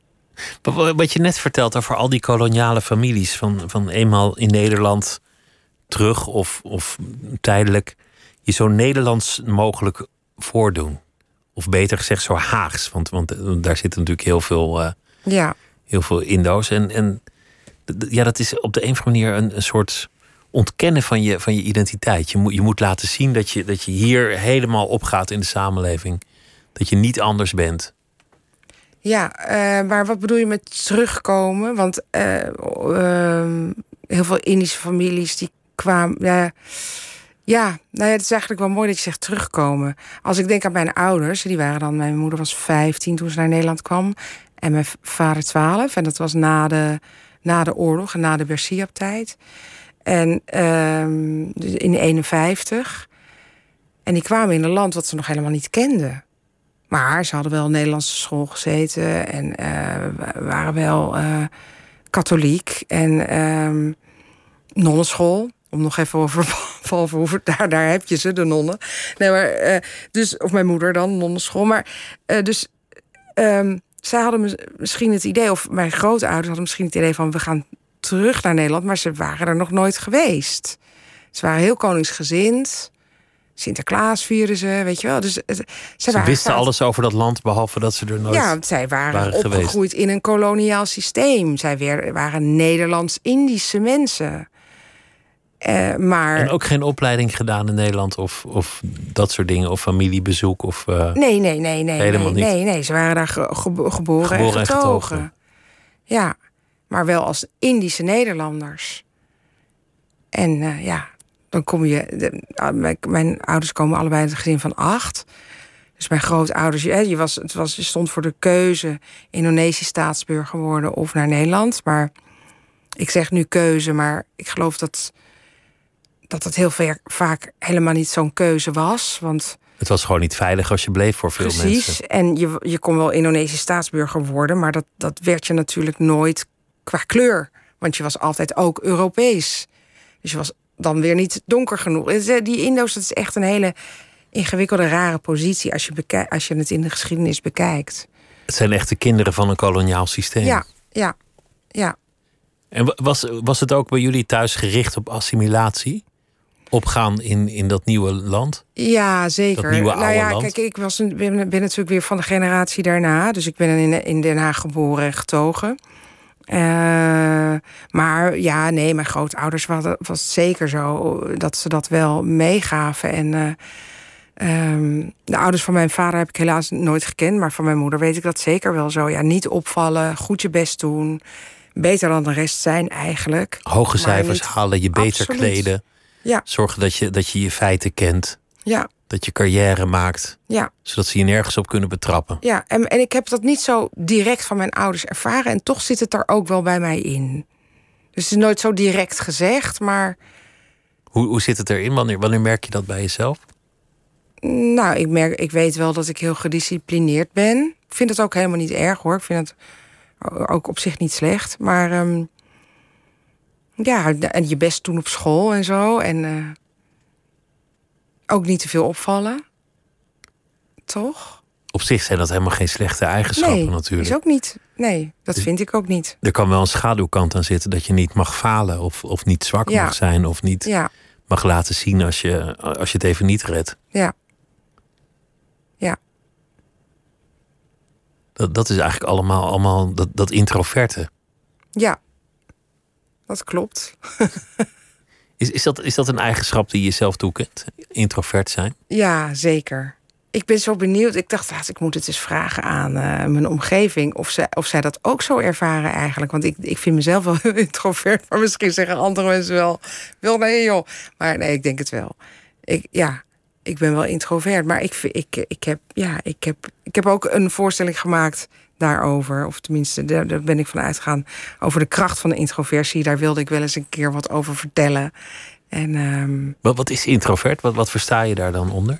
Wat je net vertelt over al die koloniale families, van, van eenmaal in Nederland terug of, of tijdelijk, je zo Nederlands mogelijk voordoen. Of beter gezegd zo Haags, want, want daar zitten natuurlijk heel veel, uh, ja. heel veel Indo's. En, en ja, dat is op de een of andere manier een, een soort ontkennen van je, van je identiteit. Je moet, je moet laten zien dat je, dat je hier helemaal opgaat in de samenleving. Dat je niet anders bent. Ja, uh, maar wat bedoel je met terugkomen? Want uh, uh, heel veel Indische families die kwamen. Uh, ja, nou ja, het is eigenlijk wel mooi dat je zegt terugkomen. Als ik denk aan mijn ouders, die waren dan, mijn moeder was vijftien toen ze naar Nederland kwam. En mijn vader twaalf. En dat was na de, na de oorlog en na de Bersiab-tijd. En um, in eenenvijftig. En die kwamen in een land wat ze nog helemaal niet kenden. Maar ze hadden wel een Nederlandse school gezeten. En uh, waren wel uh, katholiek. En um, nonnenschool. Om nog even over Valverhoeven. Daar, daar heb je ze, de nonnen. Nee, maar, uh, dus, of mijn moeder dan, nonnenschool. Maar uh, dus um, zij hadden misschien het idee, of mijn grootouders hadden misschien het idee van, we gaan terug naar Nederland, maar ze waren er nog nooit geweest. Ze waren heel koningsgezind. Sinterklaas vierden ze, weet je wel. Dus, ze ze waren wisten vaat... alles over dat land, behalve dat ze er nooit Ja, zij waren, waren opgegroeid geweest. in een koloniaal systeem. Zij weer, waren Nederlands-Indische mensen. Uh, maar... En ook geen opleiding gedaan in Nederland of, of dat soort dingen, of familiebezoek of uh, nee, nee, nee, nee, helemaal nee, niet. nee, nee. Ze waren daar ge, ge, geboren, Geboren en en getogen. getogen. Ja, maar wel als Indische Nederlanders. En uh, ja, dan kom je... De, mijn, mijn ouders komen allebei uit een gezin van acht. Dus mijn grootouders... Je, je, was, het was, je stond voor de keuze Indonesisch staatsburger worden of naar Nederland. Maar ik zeg nu keuze, maar ik geloof dat... dat het heel ver, vaak helemaal niet zo'n keuze was. Want het was gewoon niet veilig als je bleef voor veel precies, mensen. Precies, en je, je kon wel Indonesisch staatsburger worden... maar dat, dat werd je natuurlijk nooit qua kleur. Want je was altijd ook Europees. Dus je was dan weer niet donker genoeg. Die Indo's, dat is echt een hele ingewikkelde, rare positie... als je, bekij- als je het in de geschiedenis bekijkt. Het zijn echte kinderen van een koloniaal systeem. Ja, ja, ja. En was, was het ook bij jullie thuis gericht op assimilatie? Opgaan in, in dat nieuwe land? Ja, zeker. Dat nieuwe oude nou ja, land? kijk, ik was een, ben, ben natuurlijk weer van de generatie daarna. Dus ik ben in, in Den Haag geboren en getogen. Uh, maar ja, nee, mijn grootouders was, was het zeker zo dat ze dat wel meegaven. En uh, um, de ouders van mijn vader heb ik helaas nooit gekend. Maar van mijn moeder weet ik dat zeker wel zo. Ja, niet opvallen, goed je best doen. Beter dan de rest zijn eigenlijk. Hoge cijfers niet... halen, je beter Absoluut. kleden. Ja. Zorgen dat je, dat je je feiten kent. Ja. Dat je carrière maakt. Ja. Zodat ze je nergens op kunnen betrappen. Ja, en, en ik heb dat niet zo direct van mijn ouders ervaren. En toch zit het er ook wel bij mij in. Dus het is nooit zo direct gezegd, maar... Hoe, hoe zit het erin? Wanneer, wanneer merk je dat bij jezelf? Nou, ik, merk, ik weet wel dat ik heel gedisciplineerd ben. Ik vind het ook helemaal niet erg, hoor. Ik vind het ook op zich niet slecht. Maar um, ja, en je best doen op school en zo. En uh, ook niet te veel opvallen. Toch? Op zich zijn dat helemaal geen slechte eigenschappen nee, natuurlijk. Is ook niet. Nee, dat vind ik ook niet. Er kan wel een schaduwkant aan zitten dat je niet mag falen of, of niet zwak Ja. mag zijn of niet Ja. mag laten zien als je, als je het even niet redt. Ja. Ja. Dat, dat is eigenlijk allemaal, allemaal dat, dat introverte. Ja. Dat klopt. Is, is, dat, is dat een eigenschap die je zelf toekent? Introvert zijn? Ja, zeker. Ik ben zo benieuwd. Ik dacht, ah, ik moet het eens vragen aan uh, mijn omgeving. Of, ze, of zij dat ook zo ervaren eigenlijk. Want ik, ik vind mezelf wel heel introvert. Maar misschien zeggen andere mensen wel... wel nee joh. Maar nee, ik denk het wel. Ik, ja, ik ben wel introvert. Maar ik, ik, ik, heb, ja, ik, heb, ik heb ook een voorstelling gemaakt daarover. Of tenminste, daar, daar ben ik van uitgegaan. Over de kracht van de introversie. Daar wilde ik wel eens een keer wat over vertellen. En, um... wat, wat is introvert? Wat, wat versta je daar dan onder?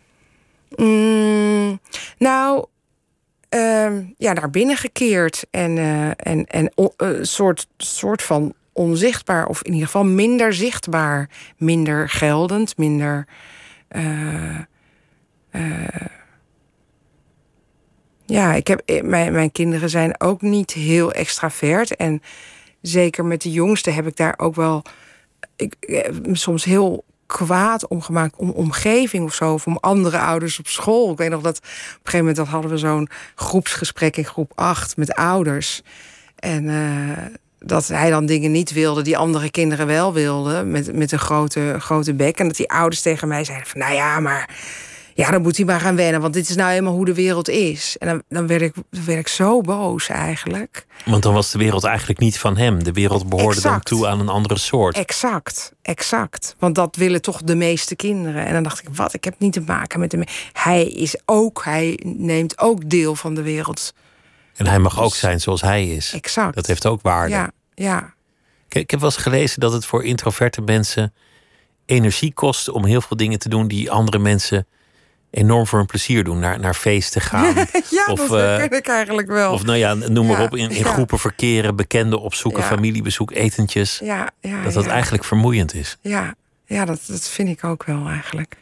Mm, nou, uh, ja, naar binnen gekeerd. En een uh, en, en, uh, soort, soort van onzichtbaar. Of in ieder geval minder zichtbaar. Minder geldend, minder... Uh, uh, ja, ik heb, mijn, mijn kinderen zijn ook niet heel extravert. En zeker met de jongste heb ik daar ook wel... Ik, soms heel kwaad om gemaakt, om omgeving of zo, of om andere ouders op school. Ik weet nog dat op een gegeven moment dat hadden we zo'n groepsgesprek in groep acht met ouders. En uh, dat hij dan dingen niet wilde die andere kinderen wel wilden, met, met een grote, grote bek. En dat die ouders tegen mij zeiden van, nou ja, maar ja, dan moet hij maar gaan wennen, want dit is nou helemaal hoe de wereld is. En dan, dan, werd, ik, dan werd ik zo boos eigenlijk. Want dan was de wereld eigenlijk niet van hem. De wereld behoorde exact. dan toe aan een andere soort. Exact, exact. Want dat willen toch de meeste kinderen. En dan dacht ik, wat, ik heb niet te maken met hem. Hij is ook, hij neemt ook deel van de wereld. En hij mag dus, ook zijn zoals hij is. Exact. Dat heeft ook waarde. Ja, ja. Ik, ik heb wel eens gelezen dat het voor introverte mensen energie kost om heel veel dingen te doen die andere mensen enorm voor hun plezier doen. Naar, naar feesten gaan. Ja, of, dat uh, ken ik eigenlijk wel. Of nou ja, noem maar ja, op. In, in ja. groepen verkeren, bekenden opzoeken, ja. familiebezoek, etentjes. Ja, ja, dat dat ja. eigenlijk vermoeiend is. Ja, ja dat, dat vind ik ook wel eigenlijk.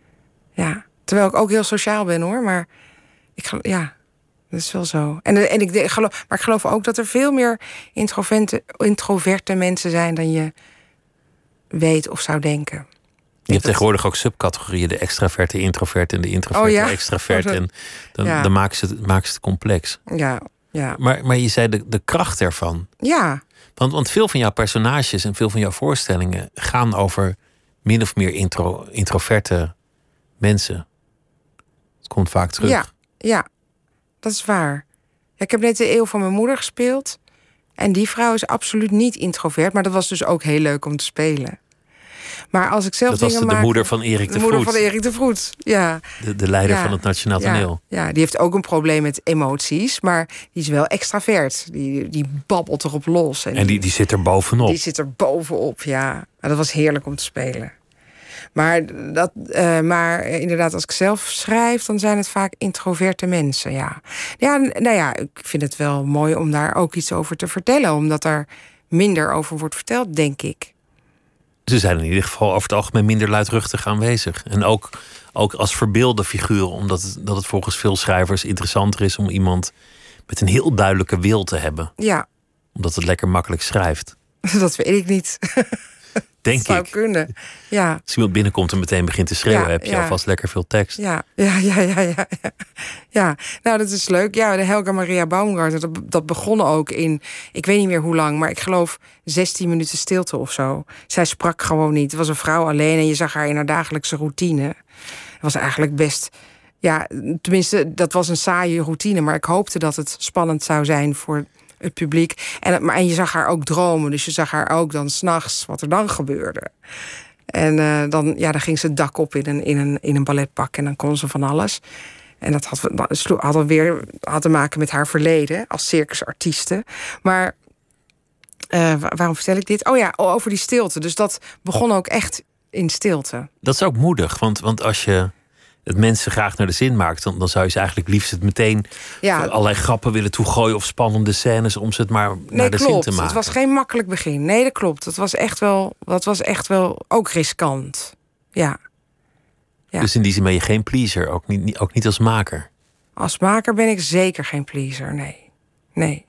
Ja. Terwijl ik ook heel sociaal ben hoor. Maar ik geloof, ja, dat is wel zo. En, en ik, ik geloof, maar ik geloof ook dat er veel meer introverte, introverte mensen zijn dan je weet of zou denken. Je hebt tegenwoordig ook subcategorieën. De extraverte, introvert en de introverte, oh, ja? extravert. Oh, dat... En dan, ja. dan maken, ze het, maken ze het complex. Ja, ja. Maar, maar je zei de, de kracht ervan. Ja. Want, want veel van jouw personages en veel van jouw voorstellingen gaan over min of meer intro, introverte mensen. Het komt vaak terug. Ja, ja, dat is waar. Ja, ik heb net de eeuw van mijn moeder gespeeld. En die vrouw is absoluut niet introvert. Maar dat was dus ook heel leuk om te spelen. Maar als ik zelf dat was de, dingen de maak, moeder van Erik de, de moeder Vroet. van Erik de Vroet, ja. De, de leider ja. van het Nationaal Toneel. Ja, ja, die heeft ook een probleem met emoties. Maar die is wel extravert. Die, die babbelt erop los. En, en die, die zit er bovenop. Die zit er bovenop, ja. Maar dat was heerlijk om te spelen. Maar, dat, uh, maar inderdaad, als ik zelf schrijf, dan zijn het vaak introverte mensen, ja. Ja, nou ja, ik vind het wel mooi om daar ook iets over te vertellen. Omdat er minder over wordt verteld, denk ik. Ze zijn in ieder geval over het algemeen minder luidruchtig aanwezig. En ook, ook als verbeelde figuren. Omdat het, dat het volgens veel schrijvers interessanter is om iemand met een heel duidelijke wil te hebben. Ja. Omdat het lekker makkelijk schrijft. Dat weet ik niet. Denk zou ik. kunnen, ja. Als iemand binnenkomt en meteen begint te schreeuwen, ja, heb je ja. alvast lekker veel tekst. Ja, ja, ja, ja, ja, ja. Ja, nou, dat is leuk. Ja, de Helga Maria Baumgarten, dat, dat begon ook in, ik weet niet meer hoe lang, maar ik geloof zestien minuten stilte of zo. Zij sprak gewoon niet. Het was een vrouw alleen en je zag haar in haar dagelijkse routine. Het was eigenlijk best, ja, tenminste, dat was een saaie routine, maar ik hoopte dat het spannend zou zijn voor het publiek. En, maar, en je zag haar ook dromen. Dus je zag haar ook dan 's nachts wat er dan gebeurde. En uh, dan, ja, dan ging ze het dak op in een, in, een, in een balletpak. En dan kon ze van alles. En dat had, had alweer had te maken met haar verleden als circusartieste. Maar uh, waarom vertel ik dit? Oh ja, over die stilte. Dus dat begon ook echt in stilte. Dat is ook moedig. Want, want als je het mensen graag naar de zin maakt, dan, dan zou je ze eigenlijk liefst het meteen ja. allerlei grappen willen toegooien of spannende scènes om ze het maar nee, naar de klopt. zin te maken. Het was geen makkelijk begin. Nee, dat klopt. Dat was echt wel, dat was echt wel ook riskant. Ja. ja. Dus in die zin ben je geen pleaser, ook niet, ook niet als maker. Als maker ben ik zeker geen pleaser. Nee. Nee.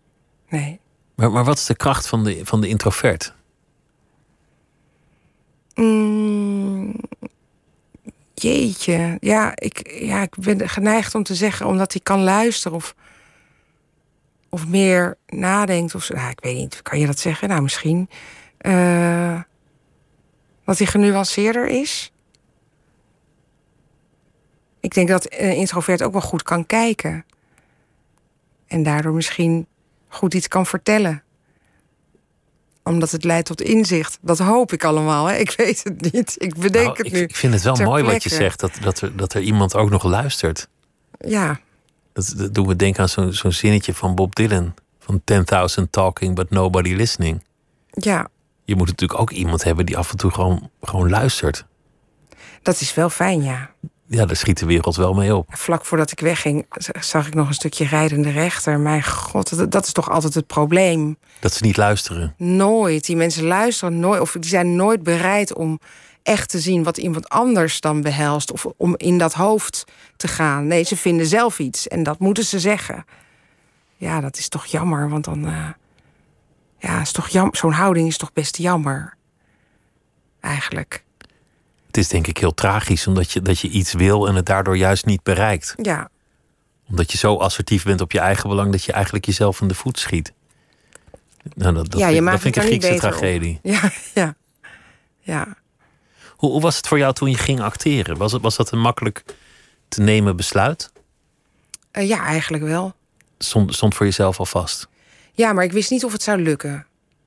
Nee. Maar, maar wat is de kracht van de, van de introvert? Mm, jeetje. Ja ik, ja, ik ben geneigd om te zeggen omdat hij kan luisteren of, of meer nadenkt. Of zo. Nou, ik weet niet, kan je dat zeggen? Nou, misschien. Uh, dat hij genuanceerder is. Ik denk dat een introvert ook wel goed kan kijken. En daardoor misschien goed iets kan vertellen. Omdat het leidt tot inzicht. Dat hoop ik allemaal, hè? Ik weet het niet. Ik bedenk nou, het ik, nu. Ik vind het wel mooi plekke. wat je zegt. Dat, dat, er, dat er iemand ook nog luistert. Ja. Dat, dat doen we denken aan zo'n zo'n zinnetje van Bob Dylan. Van ten thousand talking but nobody listening. Ja. Je moet natuurlijk ook iemand hebben die af en toe gewoon, gewoon luistert. Dat is wel fijn, ja. Ja, daar schiet de wereld wel mee op. Vlak voordat ik wegging, zag ik nog een stukje rijdende rechter. Mijn god, dat, dat is toch altijd het probleem. Dat ze niet luisteren. Nooit. Die mensen luisteren nooit. Of die zijn nooit bereid om echt te zien wat iemand anders dan behelst. Of om in dat hoofd te gaan. Nee, ze vinden zelf iets. En dat moeten ze zeggen. Ja, dat is toch jammer. Want dan... Uh, ja, is toch jammer. Zo'n houding is toch best jammer. Eigenlijk. Het is denk ik heel tragisch, omdat je, dat je iets wil en het daardoor juist niet bereikt. Ja. Omdat je zo assertief bent op je eigen belang dat je eigenlijk jezelf in de voet schiet. Nou, dat, dat ja, vind, je maakt dat vind ik een Griekse tragedie. Op. Ja, ja, ja. Hoe, hoe was het voor jou toen je ging acteren? Was, het, was dat een makkelijk te nemen besluit? Uh, ja, eigenlijk wel. Stond, stond voor jezelf al vast? Ja, maar ik wist niet of het zou lukken.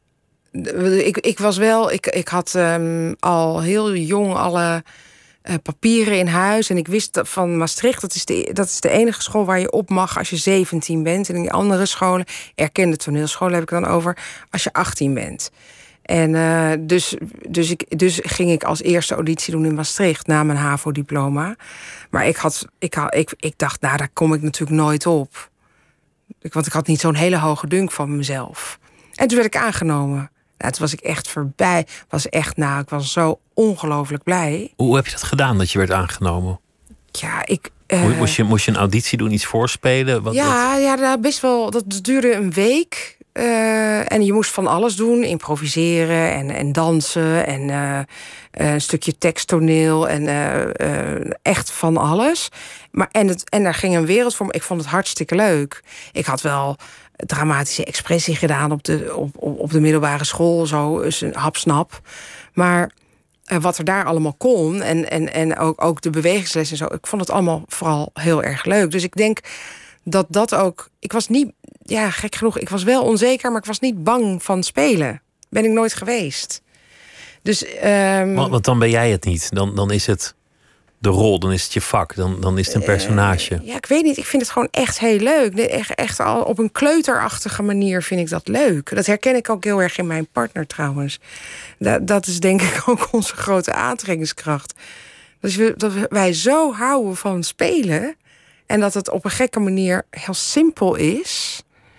Ik, ik was wel, ik, ik had um, al heel jong alle uh, papieren in huis. En ik wist dat van Maastricht, dat is, de, dat is de enige school waar je op mag als je zeventien bent. En in die andere scholen, erkende toneelscholen heb ik dan over, als je achttien bent. En uh, dus, dus, ik, dus ging ik als eerste auditie doen in Maastricht na mijn HAVO-diploma. Maar ik, had, ik, had, ik, ik dacht, nou, daar kom ik natuurlijk nooit op. Ik, want ik had niet zo'n hele hoge dunk van mezelf. En toen werd ik aangenomen. Nou, toen was ik echt voorbij. Was echt, nou, ik was zo ongelooflijk blij. Hoe heb je dat gedaan, dat je werd aangenomen? Ja, ik... Uh, moest, je, moest je een auditie doen, iets voorspelen? Wat, ja, wat? ja, best wel. Dat duurde een week. Uh, en je moest van alles doen. Improviseren en, en dansen. En uh, een stukje teksttoneel. En uh, uh, echt van alles. Maar, en, het, en daar ging een wereld voor me. Ik vond het hartstikke leuk. Ik had wel dramatische expressie gedaan op de, op, op, op de middelbare school. Zo, dus een hapsnap. Maar uh, wat er daar allemaal kon. En, en, en ook, ook de bewegingsles en zo. Ik vond het allemaal vooral heel erg leuk. Dus ik denk dat dat ook... Ik was niet... Ja, gek genoeg. Ik was wel onzeker, maar ik was niet bang van spelen. Ben ik nooit geweest. Dus... Um, want, want dan ben jij het niet. Dan, dan is het de rol, dan is het je vak. Dan, dan is het een personage. Uh, ja, ik weet niet. Ik vind het gewoon echt heel leuk. Echt, echt al op een kleuterachtige manier vind ik dat leuk. Dat herken ik ook heel erg in mijn partner trouwens. Dat, dat is denk ik ook onze grote aantrekkingskracht. Dus we, dat wij zo houden van spelen... en dat het op een gekke manier heel simpel is...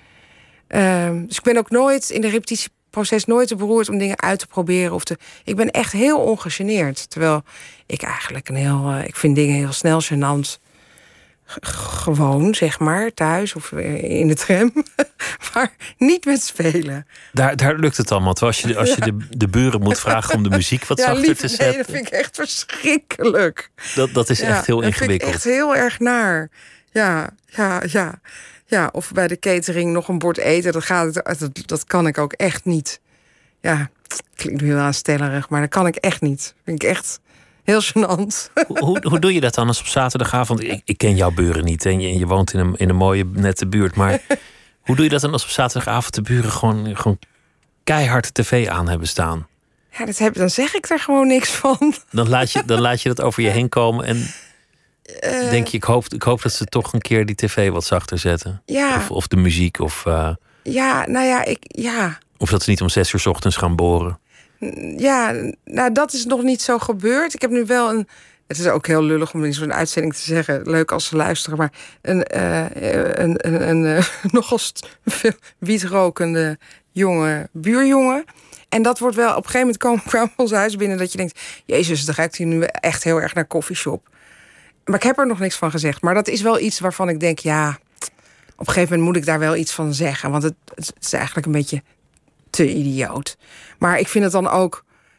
Um, dus ik ben ook nooit in de repetitieproces nooit te beroerd om dingen uit te proberen. Of te, ik ben echt heel ongegeneerd. Terwijl ik eigenlijk een heel... Uh, ik vind dingen heel snel gênant. G- gewoon, zeg maar, thuis of in de tram. Maar niet met spelen. Daar, daar lukt het allemaal. Als je, de, als je de, de buren moet vragen om de muziek wat ja, zachter lief, te zetten. Nee, dat vind ik echt verschrikkelijk. Dat, dat is ja, echt heel dat ingewikkeld. Dat vind ik echt heel erg naar. Ja, ja, ja. Ja, of bij de catering nog een bord eten. Dat, gaat, dat, dat kan ik ook echt niet. Ja, klinkt nu heel aanstellerig, maar dat kan ik echt niet. Vind ik echt heel gênant. Hoe, hoe, hoe doe je dat dan als op zaterdagavond? Ik, ik ken jouw buren niet en je, je woont in een, in een mooie, nette buurt. Maar hoe doe je dat dan als op zaterdagavond de buren gewoon, gewoon keihard de tv aan hebben staan? Ja, dat heb, dan zeg ik er gewoon niks van. Dan laat je, dan laat je dat over je heen komen en... Uh, denk je, ik hoop, ik hoop dat ze toch een keer die tv wat zachter zetten. Ja. Of, of de muziek. Of, uh, ja, nou ja, ik, ja. Of dat ze niet om zes uur 's ochtends gaan boren. Ja, nou dat is nog niet zo gebeurd. Ik heb nu wel een... Het is ook heel lullig om in zo'n uitzending te zeggen. Leuk als ze luisteren, maar een, uh, een, een, een uh, nogal veel wietrokende jonge buurjongen. En dat wordt wel... Op een gegeven moment komen we ons huis binnen dat je denkt... Jezus, dan ruikt hij nu echt heel erg naar koffieshop. Maar ik heb er nog niks van gezegd. Maar dat is wel iets waarvan ik denk, ja... op een gegeven moment moet ik daar wel iets van zeggen. Want het, het is eigenlijk een beetje te idioot. Maar ik vind het dan ook...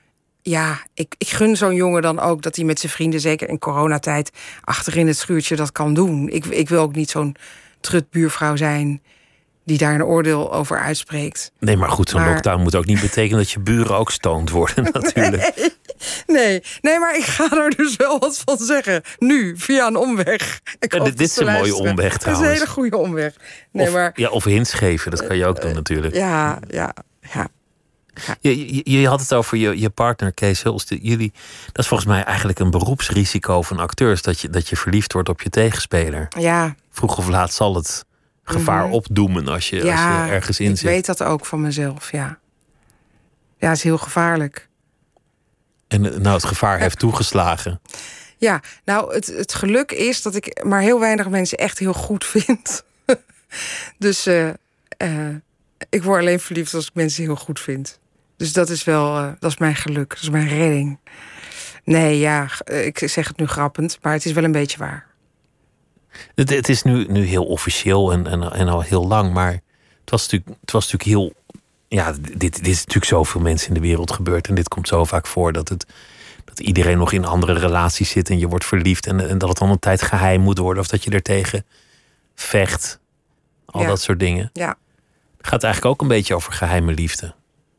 ja, ik, ik gun zo'n jongen dan ook dat hij met zijn vrienden, zeker in coronatijd, achter in het schuurtje dat kan doen. Ik, ik wil ook niet zo'n trutbuurvrouw zijn die daar een oordeel over uitspreekt. Nee, maar goed, zo'n maar... lockdown moet ook niet betekenen dat je buren ook stoned worden, natuurlijk. Nee, nee, nee, maar ik ga er dus wel wat van zeggen. Nu, via een omweg. Ik Ja, dit, dit is een mooie luisteren. omweg trouwens. Het is een hele goede omweg. Nee, of, maar, ja, of hints geven, dat kan je ook doen natuurlijk. ja, ja, ja. Je, je, je had het over je, je partner Kees Hulst. Jullie, dat is volgens mij eigenlijk een beroepsrisico van acteurs. Dat je, dat je verliefd wordt op je tegenspeler. Ja. Vroeg of laat zal het gevaar Mm-hmm. opdoemen als je, Ja, als je ergens in ik zit. weet dat ook van mezelf, ja. Ja, het is heel gevaarlijk. En nou, het gevaar heeft toegeslagen. Ja, nou, het, het geluk is dat ik maar heel weinig mensen echt heel goed vind. Dus uh, uh, ik word alleen verliefd als ik mensen heel goed vind. Dus dat is wel, uh, dat is mijn geluk, dat is mijn redding. Nee, ja, ik zeg het nu grappend, maar het is wel een beetje waar. Het, het is nu, nu heel officieel en, en, en al heel lang, maar het was natuurlijk, het was natuurlijk heel... Ja, dit, dit is natuurlijk zoveel mensen in de wereld gebeurd en dit komt zo vaak voor dat, het, dat iedereen nog in andere relaties zit en je wordt verliefd en, en dat het dan een tijd geheim moet worden of dat je er tegen vecht. Al ja. dat soort dingen. Ja. Het gaat eigenlijk ook een beetje over geheime liefde.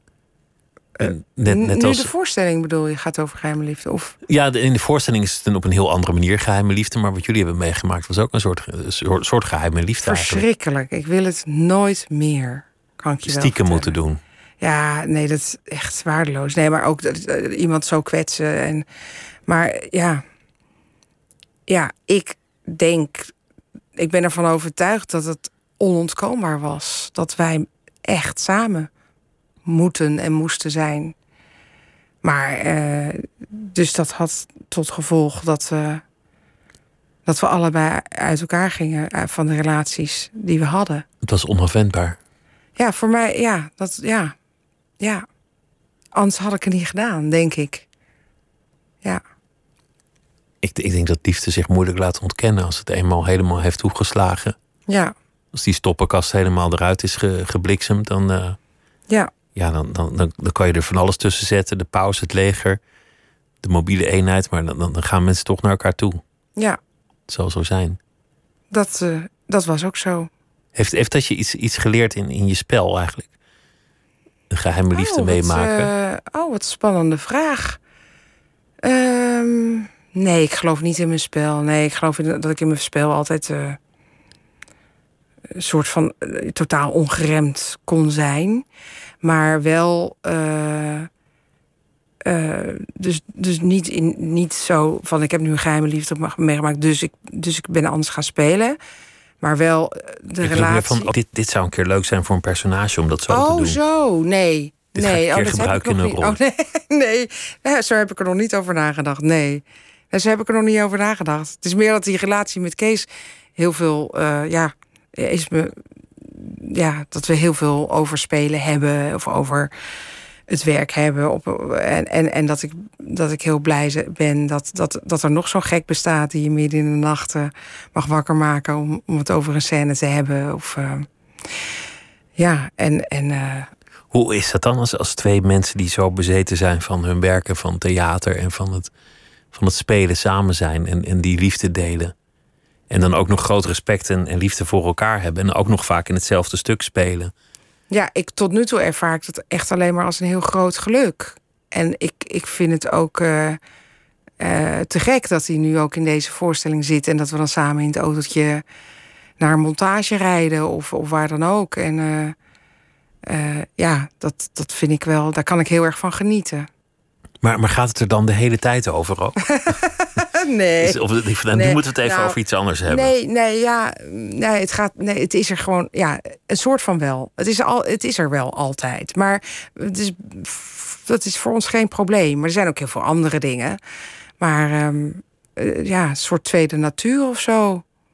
En net, net nu als, de voorstelling bedoel je, gaat over geheime liefde? Of... Ja, de, in de voorstelling is het op een heel andere manier geheime liefde. Maar wat jullie hebben meegemaakt was ook een soort, een soort, soort geheime liefde eigenlijk. Verschrikkelijk. Ik wil het nooit meer. Kan ik je wel Stiekem vertellen. moeten doen. Ja, nee, dat is echt waardeloos. Nee, maar ook dat, uh, iemand zo kwetsen. En, maar ja, ja, ik denk, ik ben ervan overtuigd dat het onontkoombaar was. Dat wij echt samen moeten en moesten zijn. Maar uh, dus dat had tot gevolg dat we, dat we allebei uit elkaar gingen uh, van de relaties die we hadden. Het was onafwendbaar. Ja, voor mij, ja, dat, ja, ja. Anders had ik het niet gedaan, denk ik. Ja. Ik, ik denk dat liefde zich moeilijk laat ontkennen als het eenmaal helemaal heeft toegeslagen. Ja. Als die stoppenkast helemaal eruit is ge, gebliksemd, dan, uh, ja. Ja, dan, dan, dan, dan kan je er van alles tussen zetten. De pauze, het leger, de mobiele eenheid. Maar dan, dan gaan mensen toch naar elkaar toe. Ja. Het zal zo zijn. Dat, uh, dat was ook zo. Heeft, heeft dat je iets, iets geleerd in, in je spel eigenlijk? Een geheime liefde oh, wat, meemaken? Uh, oh, wat spannende vraag. Um, nee, ik geloof niet in mijn spel. Nee, ik geloof in, dat ik in mijn spel altijd uh, een soort van uh, totaal ongeremd kon zijn. Maar wel... Uh, uh, dus, dus niet, in, niet zo van... ik heb nu een geheime liefde meegemaakt... dus ik, dus ik ben anders gaan spelen... Maar wel de ik relatie... Van, oh, dit, dit zou een keer leuk zijn voor een personage om dat zo oh, te doen. Oh, zo. Nee. Dit nee. ga ik een keer oh, gebruiken in een rol. Oh, nee. nee. nee. Zo heb ik er nog niet over nagedacht. Nee. nee. Zo heb ik er nog niet over nagedacht. Het is meer dat die relatie met Kees heel veel... Uh, ja, is me... Ja, dat we heel veel over spelen hebben. Of over het werk hebben. Op, en en, en dat, ik, dat ik heel blij ben dat, dat, dat er nog zo'n gek bestaat... die je midden in de nacht uh, mag wakker maken... om, om het over een scène te hebben. Of, uh, ja, en... en uh, hoe is dat dan als, als twee mensen die zo bezeten zijn... van hun werken, van theater en van het, van het spelen samen zijn... En, en die liefde delen? En dan ook nog groot respect en, en liefde voor elkaar hebben... en ook nog vaak in hetzelfde stuk spelen... Ja, ik, tot nu toe ervaar ik het echt alleen maar als een heel groot geluk. En ik, ik vind het ook uh, uh, te gek dat hij nu ook in deze voorstelling zit... en dat we dan samen in het autootje naar een montage rijden of, of waar dan ook. En uh, uh, ja, dat, dat vind ik wel, daar kan ik heel erg van genieten. Maar, maar gaat het er dan de hele tijd over ook? Nee. Is, of, nu nee, moeten we het even nou, over iets anders hebben. Nee, nee, ja, nee, het gaat, nee, het is er gewoon, ja, een soort van wel. Het is, al, het is er wel altijd. Maar het is, dat is voor ons geen probleem. Maar er zijn ook heel veel andere dingen. Maar um, uh, ja, een soort tweede natuur of zo.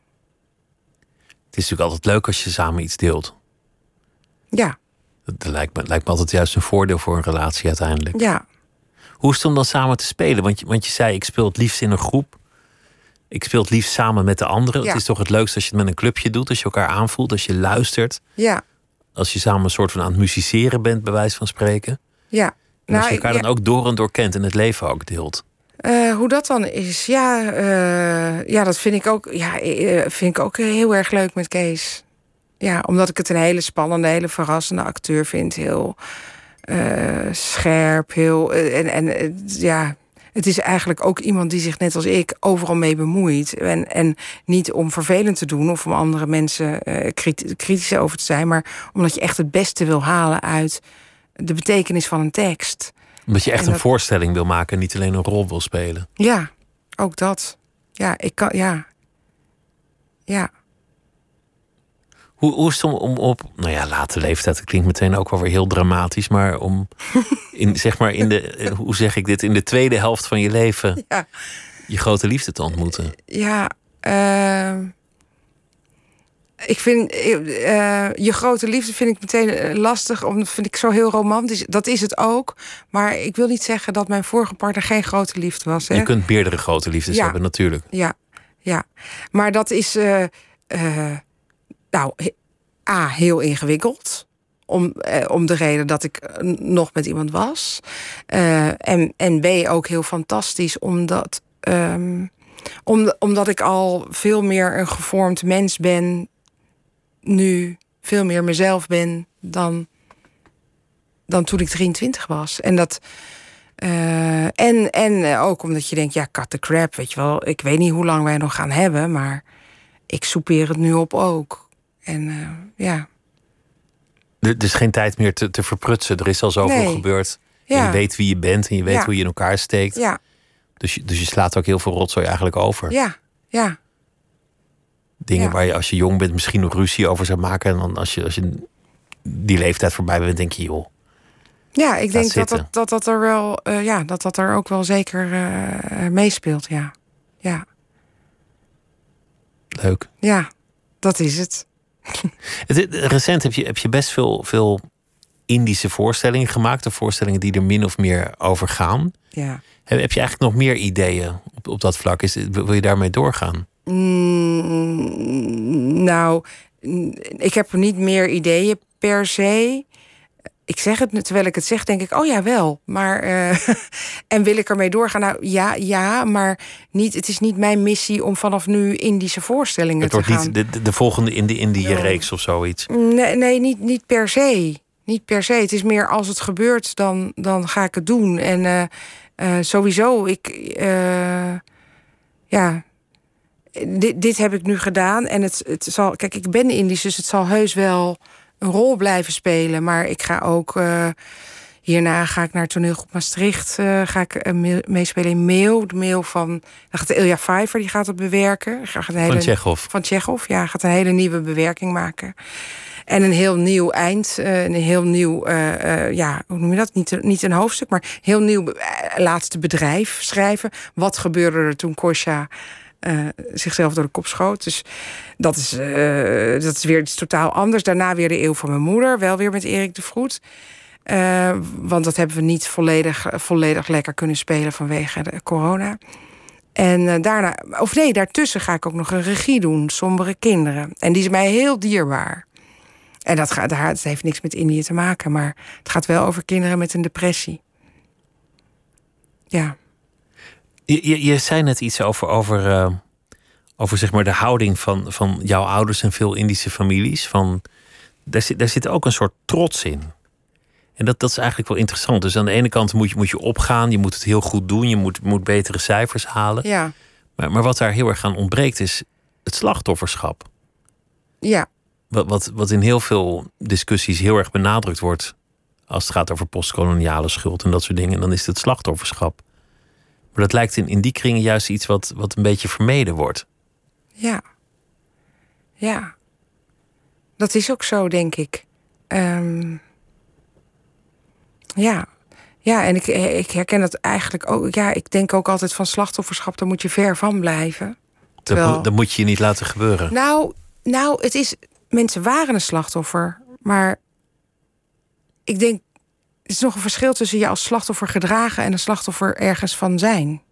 Het is natuurlijk altijd leuk als je samen iets deelt. Ja. Dat, dat lijkt, me, lijkt me altijd juist een voordeel voor een relatie uiteindelijk. Ja. Hoe is het om dan samen te spelen? Want je, want je zei, ik speel het liefst in een groep. Ik speel het liefst samen met de anderen. Ja. Het is toch het leukste als je het met een clubje doet. Als je elkaar aanvoelt, als je luistert. Ja. Als je samen een soort van aan het musiceren bent, bij wijze van spreken. Ja. En als je Nou, elkaar ja. dan ook door en door kent en het leven ook deelt. Uh, hoe dat dan is, ja, uh, ja, dat vind ik ook, ja, uh, vind ik ook heel erg leuk met Kees. Ja, omdat ik het een hele spannende, hele verrassende acteur vind. Heel uh, scherp, heel uh, en, en uh, ja, het is eigenlijk ook iemand die zich net als ik overal mee bemoeit. En, en niet om vervelend te doen of om andere mensen uh, kritisch over te zijn, maar omdat je echt het beste wil halen uit de betekenis van een tekst. Omdat je echt En een dat... voorstelling wil maken en niet alleen een rol wil spelen. Ja, ook dat. Ja, ik kan, ja. Ja. Hoe, hoe is het om, om op, nou ja, late leeftijd, dat klinkt meteen ook wel weer heel dramatisch, maar om, in, zeg maar, in de, hoe zeg ik dit, in de tweede helft van je leven Ja. je grote liefde te ontmoeten? Ja, uh, ik vind, uh, je grote liefde vind ik meteen lastig, omdat vind ik zo heel romantisch. Dat is het ook, maar ik wil niet zeggen dat mijn vorige partner geen grote liefde was. Hè? Je kunt meerdere grote liefdes ja. hebben, natuurlijk. Ja, ja. Maar dat is, uh, uh, nou, A, heel ingewikkeld. Om, uh, om de reden dat ik nog met iemand was. Uh, en, en B, ook heel fantastisch, omdat, um, om, omdat ik al veel meer een gevormd mens ben nu, veel meer mezelf ben dan, dan toen ik drieëntwintig was. En dat... Uh, en, en ook omdat je denkt, ja, cut the crap, weet je wel. Ik weet niet hoe lang wij nog gaan hebben, maar ik soupeer het nu op ook. En uh, ja. Er is geen tijd meer te, te verprutsen. Er is al zoveel nee. gebeurd. Ja. En je weet wie je bent en je weet ja. hoe je in elkaar steekt. Ja. Dus, je, dus je slaat ook heel veel rotzooi eigenlijk over. Ja, ja. Dingen ja. waar je als je jong bent misschien nog ruzie over zou maken. En dan als je, als je die leeftijd voorbij bent, denk je, joh. Ja, ik denk dat zitten. dat, dat dat er wel, uh, ja, dat dat er ook wel zeker uh, meespeelt, ja. Ja. Leuk. Ja, dat is het. het recent heb je, heb je best veel, veel Indische voorstellingen gemaakt. Of voorstellingen die er min of meer over gaan. Ja. Heb, heb je eigenlijk nog meer ideeën op, op dat vlak? Is, wil je daarmee doorgaan? Mm, nou, ik heb niet meer ideeën per se. Ik zeg het, terwijl ik het zeg, denk ik, oh ja, wel. Maar, uh, en wil ik ermee doorgaan? Nou, ja, ja, maar niet, het is niet mijn missie om vanaf nu Indische voorstellingen te gaan. Het wordt niet de, de volgende in de Indië-reeks of zoiets? Nee, nee niet, niet per se. Niet per se. Het is meer als het gebeurt, dan, dan ga ik het doen. En uh, uh, sowieso, ik... Uh, ja... Dit, dit heb ik nu gedaan. En het, het zal... Kijk, ik ben Indisch, dus het zal heus wel een rol blijven spelen. Maar ik ga ook... Uh, hierna ga ik naar Toneelgroep Maastricht. Uh, ga ik uh, meespelen in Mail. De Mail van... Dan gaat Ilja Vijver, die gaat het bewerken. Gaat een hele, van Tsjechov. Van Tsjechov, ja. Gaat een hele nieuwe bewerking maken. En een heel nieuw eind. Uh, een heel nieuw... Uh, uh, ja, hoe noem je dat? Niet, niet een hoofdstuk, maar heel nieuw uh, laatste bedrijf schrijven. Wat gebeurde er toen Kosja... Uh, zichzelf door de kop schoot. Dus dat is, uh, dat is weer iets totaal anders. Daarna weer de eeuw van mijn moeder. Wel weer met Erik de Vroet. Uh, want dat hebben we niet volledig, volledig lekker kunnen spelen vanwege de corona. En uh, daarna... Of nee, daartussen ga ik ook nog een regie doen. Sombere kinderen. En die is mij heel dierbaar. En dat, gaat, dat heeft niks met Indië te maken. Maar het gaat wel over kinderen met een depressie. Ja. Je, je, je zei net iets over, over, uh, over zeg maar de houding van, van jouw ouders en veel Indische families. Van, daar, zit, daar zit ook een soort trots in. En dat, dat is eigenlijk wel interessant. Dus aan de ene kant moet je, moet je opgaan, je moet het heel goed doen, je moet, moet betere cijfers halen. Ja. Maar, maar wat daar heel erg aan ontbreekt is het slachtofferschap. Ja. Wat, wat, wat in heel veel discussies heel erg benadrukt wordt als het gaat over postkoloniale schuld en dat soort dingen. En dan is het het slachtofferschap. Maar dat lijkt in, in die kringen juist iets wat, wat een beetje vermeden wordt. Ja. Ja. Dat is ook zo, denk ik. Um, ja. Ja, en ik, ik herken dat eigenlijk ook. Ja, ik denk ook altijd van slachtofferschap, daar moet je ver van blijven. Terwijl... Dat, dat moet je je niet laten gebeuren. Nou, nou, het is... Mensen waren een slachtoffer, maar ik denk... Er is nog een verschil tussen je als slachtoffer gedragen en een slachtoffer ergens van zijn.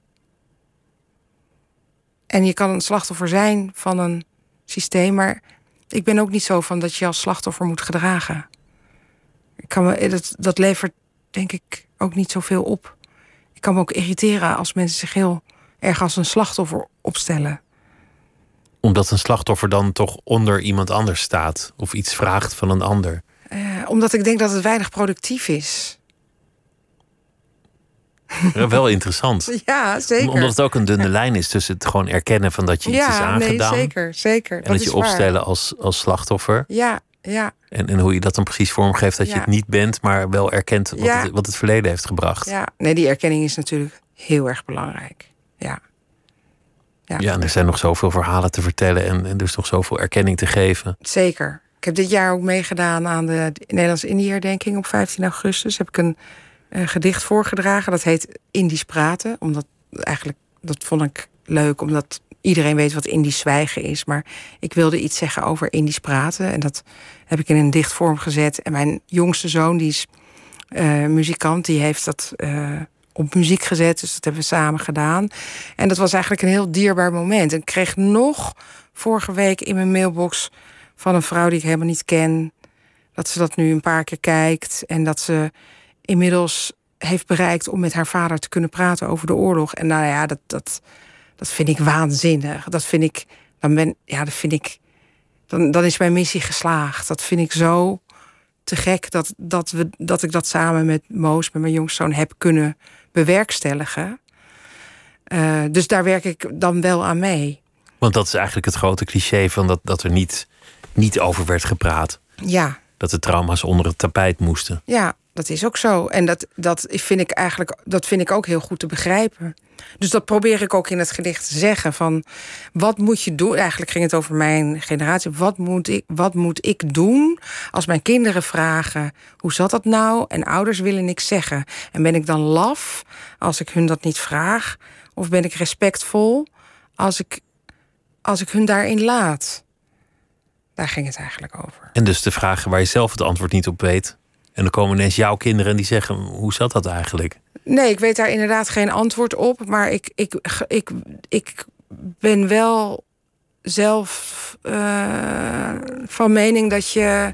En je kan een slachtoffer zijn van een systeem, maar ik ben ook niet zo van dat je als slachtoffer moet gedragen. Ik kan me, dat, dat levert denk ik ook niet zoveel op. Ik kan me ook irriteren als mensen zich heel erg als een slachtoffer opstellen. Omdat een slachtoffer dan toch onder iemand anders staat of iets vraagt van een ander. Uh, omdat ik denk dat het weinig productief is. Ja, wel interessant. Ja, zeker. Omdat het ook een dunne lijn is tussen het gewoon erkennen van dat je iets ja, is aangedaan. Nee, zeker, zeker. En dat, dat je is waar. opstellen als, als slachtoffer. Ja, ja. En, en hoe je dat dan precies vormgeeft dat ja. je het niet bent, maar wel erkent wat, ja. het, wat het verleden heeft gebracht. Ja, nee, die erkenning is natuurlijk heel erg belangrijk. Ja. Ja, ja en er zijn nog zoveel verhalen te vertellen en, en dus nog zoveel erkenning te geven. Zeker. Ik heb dit jaar ook meegedaan aan de Nederlands-Indië-herdenking op vijftien augustus. Heb ik een uh, gedicht voorgedragen. Dat heet Indisch praten. Omdat eigenlijk, dat vond ik leuk, omdat iedereen weet wat Indisch zwijgen is. Maar ik wilde iets zeggen over Indisch praten. En dat heb ik in een dichtvorm gezet. En mijn jongste zoon, die is uh, muzikant, die heeft dat uh, op muziek gezet. Dus dat hebben we samen gedaan. En dat was eigenlijk een heel dierbaar moment. En ik kreeg nog vorige week in mijn mailbox van een vrouw die ik helemaal niet ken, dat ze dat nu een paar keer kijkt en dat ze inmiddels heeft bereikt om met haar vader te kunnen praten over de oorlog. En nou ja, dat, dat, dat vind ik waanzinnig. Dat vind ik, dan ben, ja, dat vind ik, dan, dan is mijn missie geslaagd. Dat vind ik zo te gek dat, dat, we, dat ik dat samen met Moos, met mijn jongste zoon, heb kunnen bewerkstelligen. Uh, dus daar werk ik dan wel aan mee. Want dat is eigenlijk het grote cliché van dat, dat er niet, niet over werd gepraat. Ja. Dat de trauma's onder het tapijt moesten. Ja, dat is ook zo. En dat, dat vind ik eigenlijk, dat vind ik ook heel goed te begrijpen. Dus dat probeer ik ook in het gedicht te zeggen. Van wat moet je doen? Eigenlijk ging het over mijn generatie. Wat moet ik, wat moet ik doen als mijn kinderen vragen: hoe zat dat nou? En ouders willen niks zeggen. En ben ik dan laf als ik hun dat niet vraag? Of ben ik respectvol als ik, als ik hun daarin laat? Daar ging het eigenlijk over. En dus de vragen waar je zelf het antwoord niet op weet. En dan komen ineens jouw kinderen en die zeggen: hoe zat dat eigenlijk? Nee, ik weet daar inderdaad geen antwoord op. Maar ik, ik, ik, ik ben wel zelf uh, van mening dat je...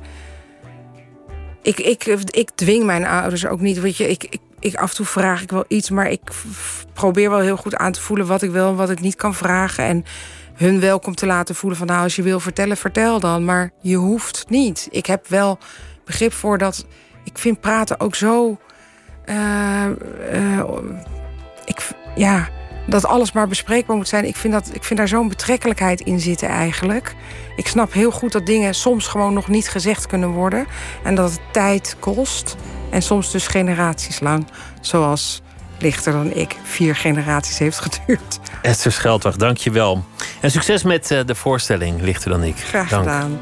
Ik, ik, ik dwing mijn ouders ook niet. Weet je, ik, ik, ik, af en toe vraag ik wel iets, maar ik probeer wel heel goed aan te voelen wat ik wil en wat ik niet kan vragen. En hun welkom te laten voelen van: nou, als je wil vertellen, vertel dan. Maar je hoeft niet. Ik heb wel begrip voor dat. Ik vind praten ook zo. Uh, uh, ik, ja, dat alles maar bespreekbaar moet zijn. Ik vind, dat, ik vind daar zo'n betrekkelijkheid in zitten eigenlijk. Ik snap heel goed dat dingen soms gewoon nog niet gezegd kunnen worden. En dat het tijd kost. En soms dus generaties lang. Zoals Lichter dan ik vier generaties heeft geduurd. Esther Scheldwacht, dank je wel. En succes met uh, de voorstelling Lichter dan ik. Graag dank. gedaan.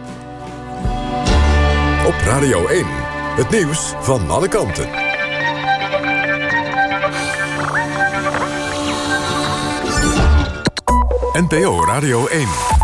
Op Radio één, het nieuws van alle kanten. N P O Radio één.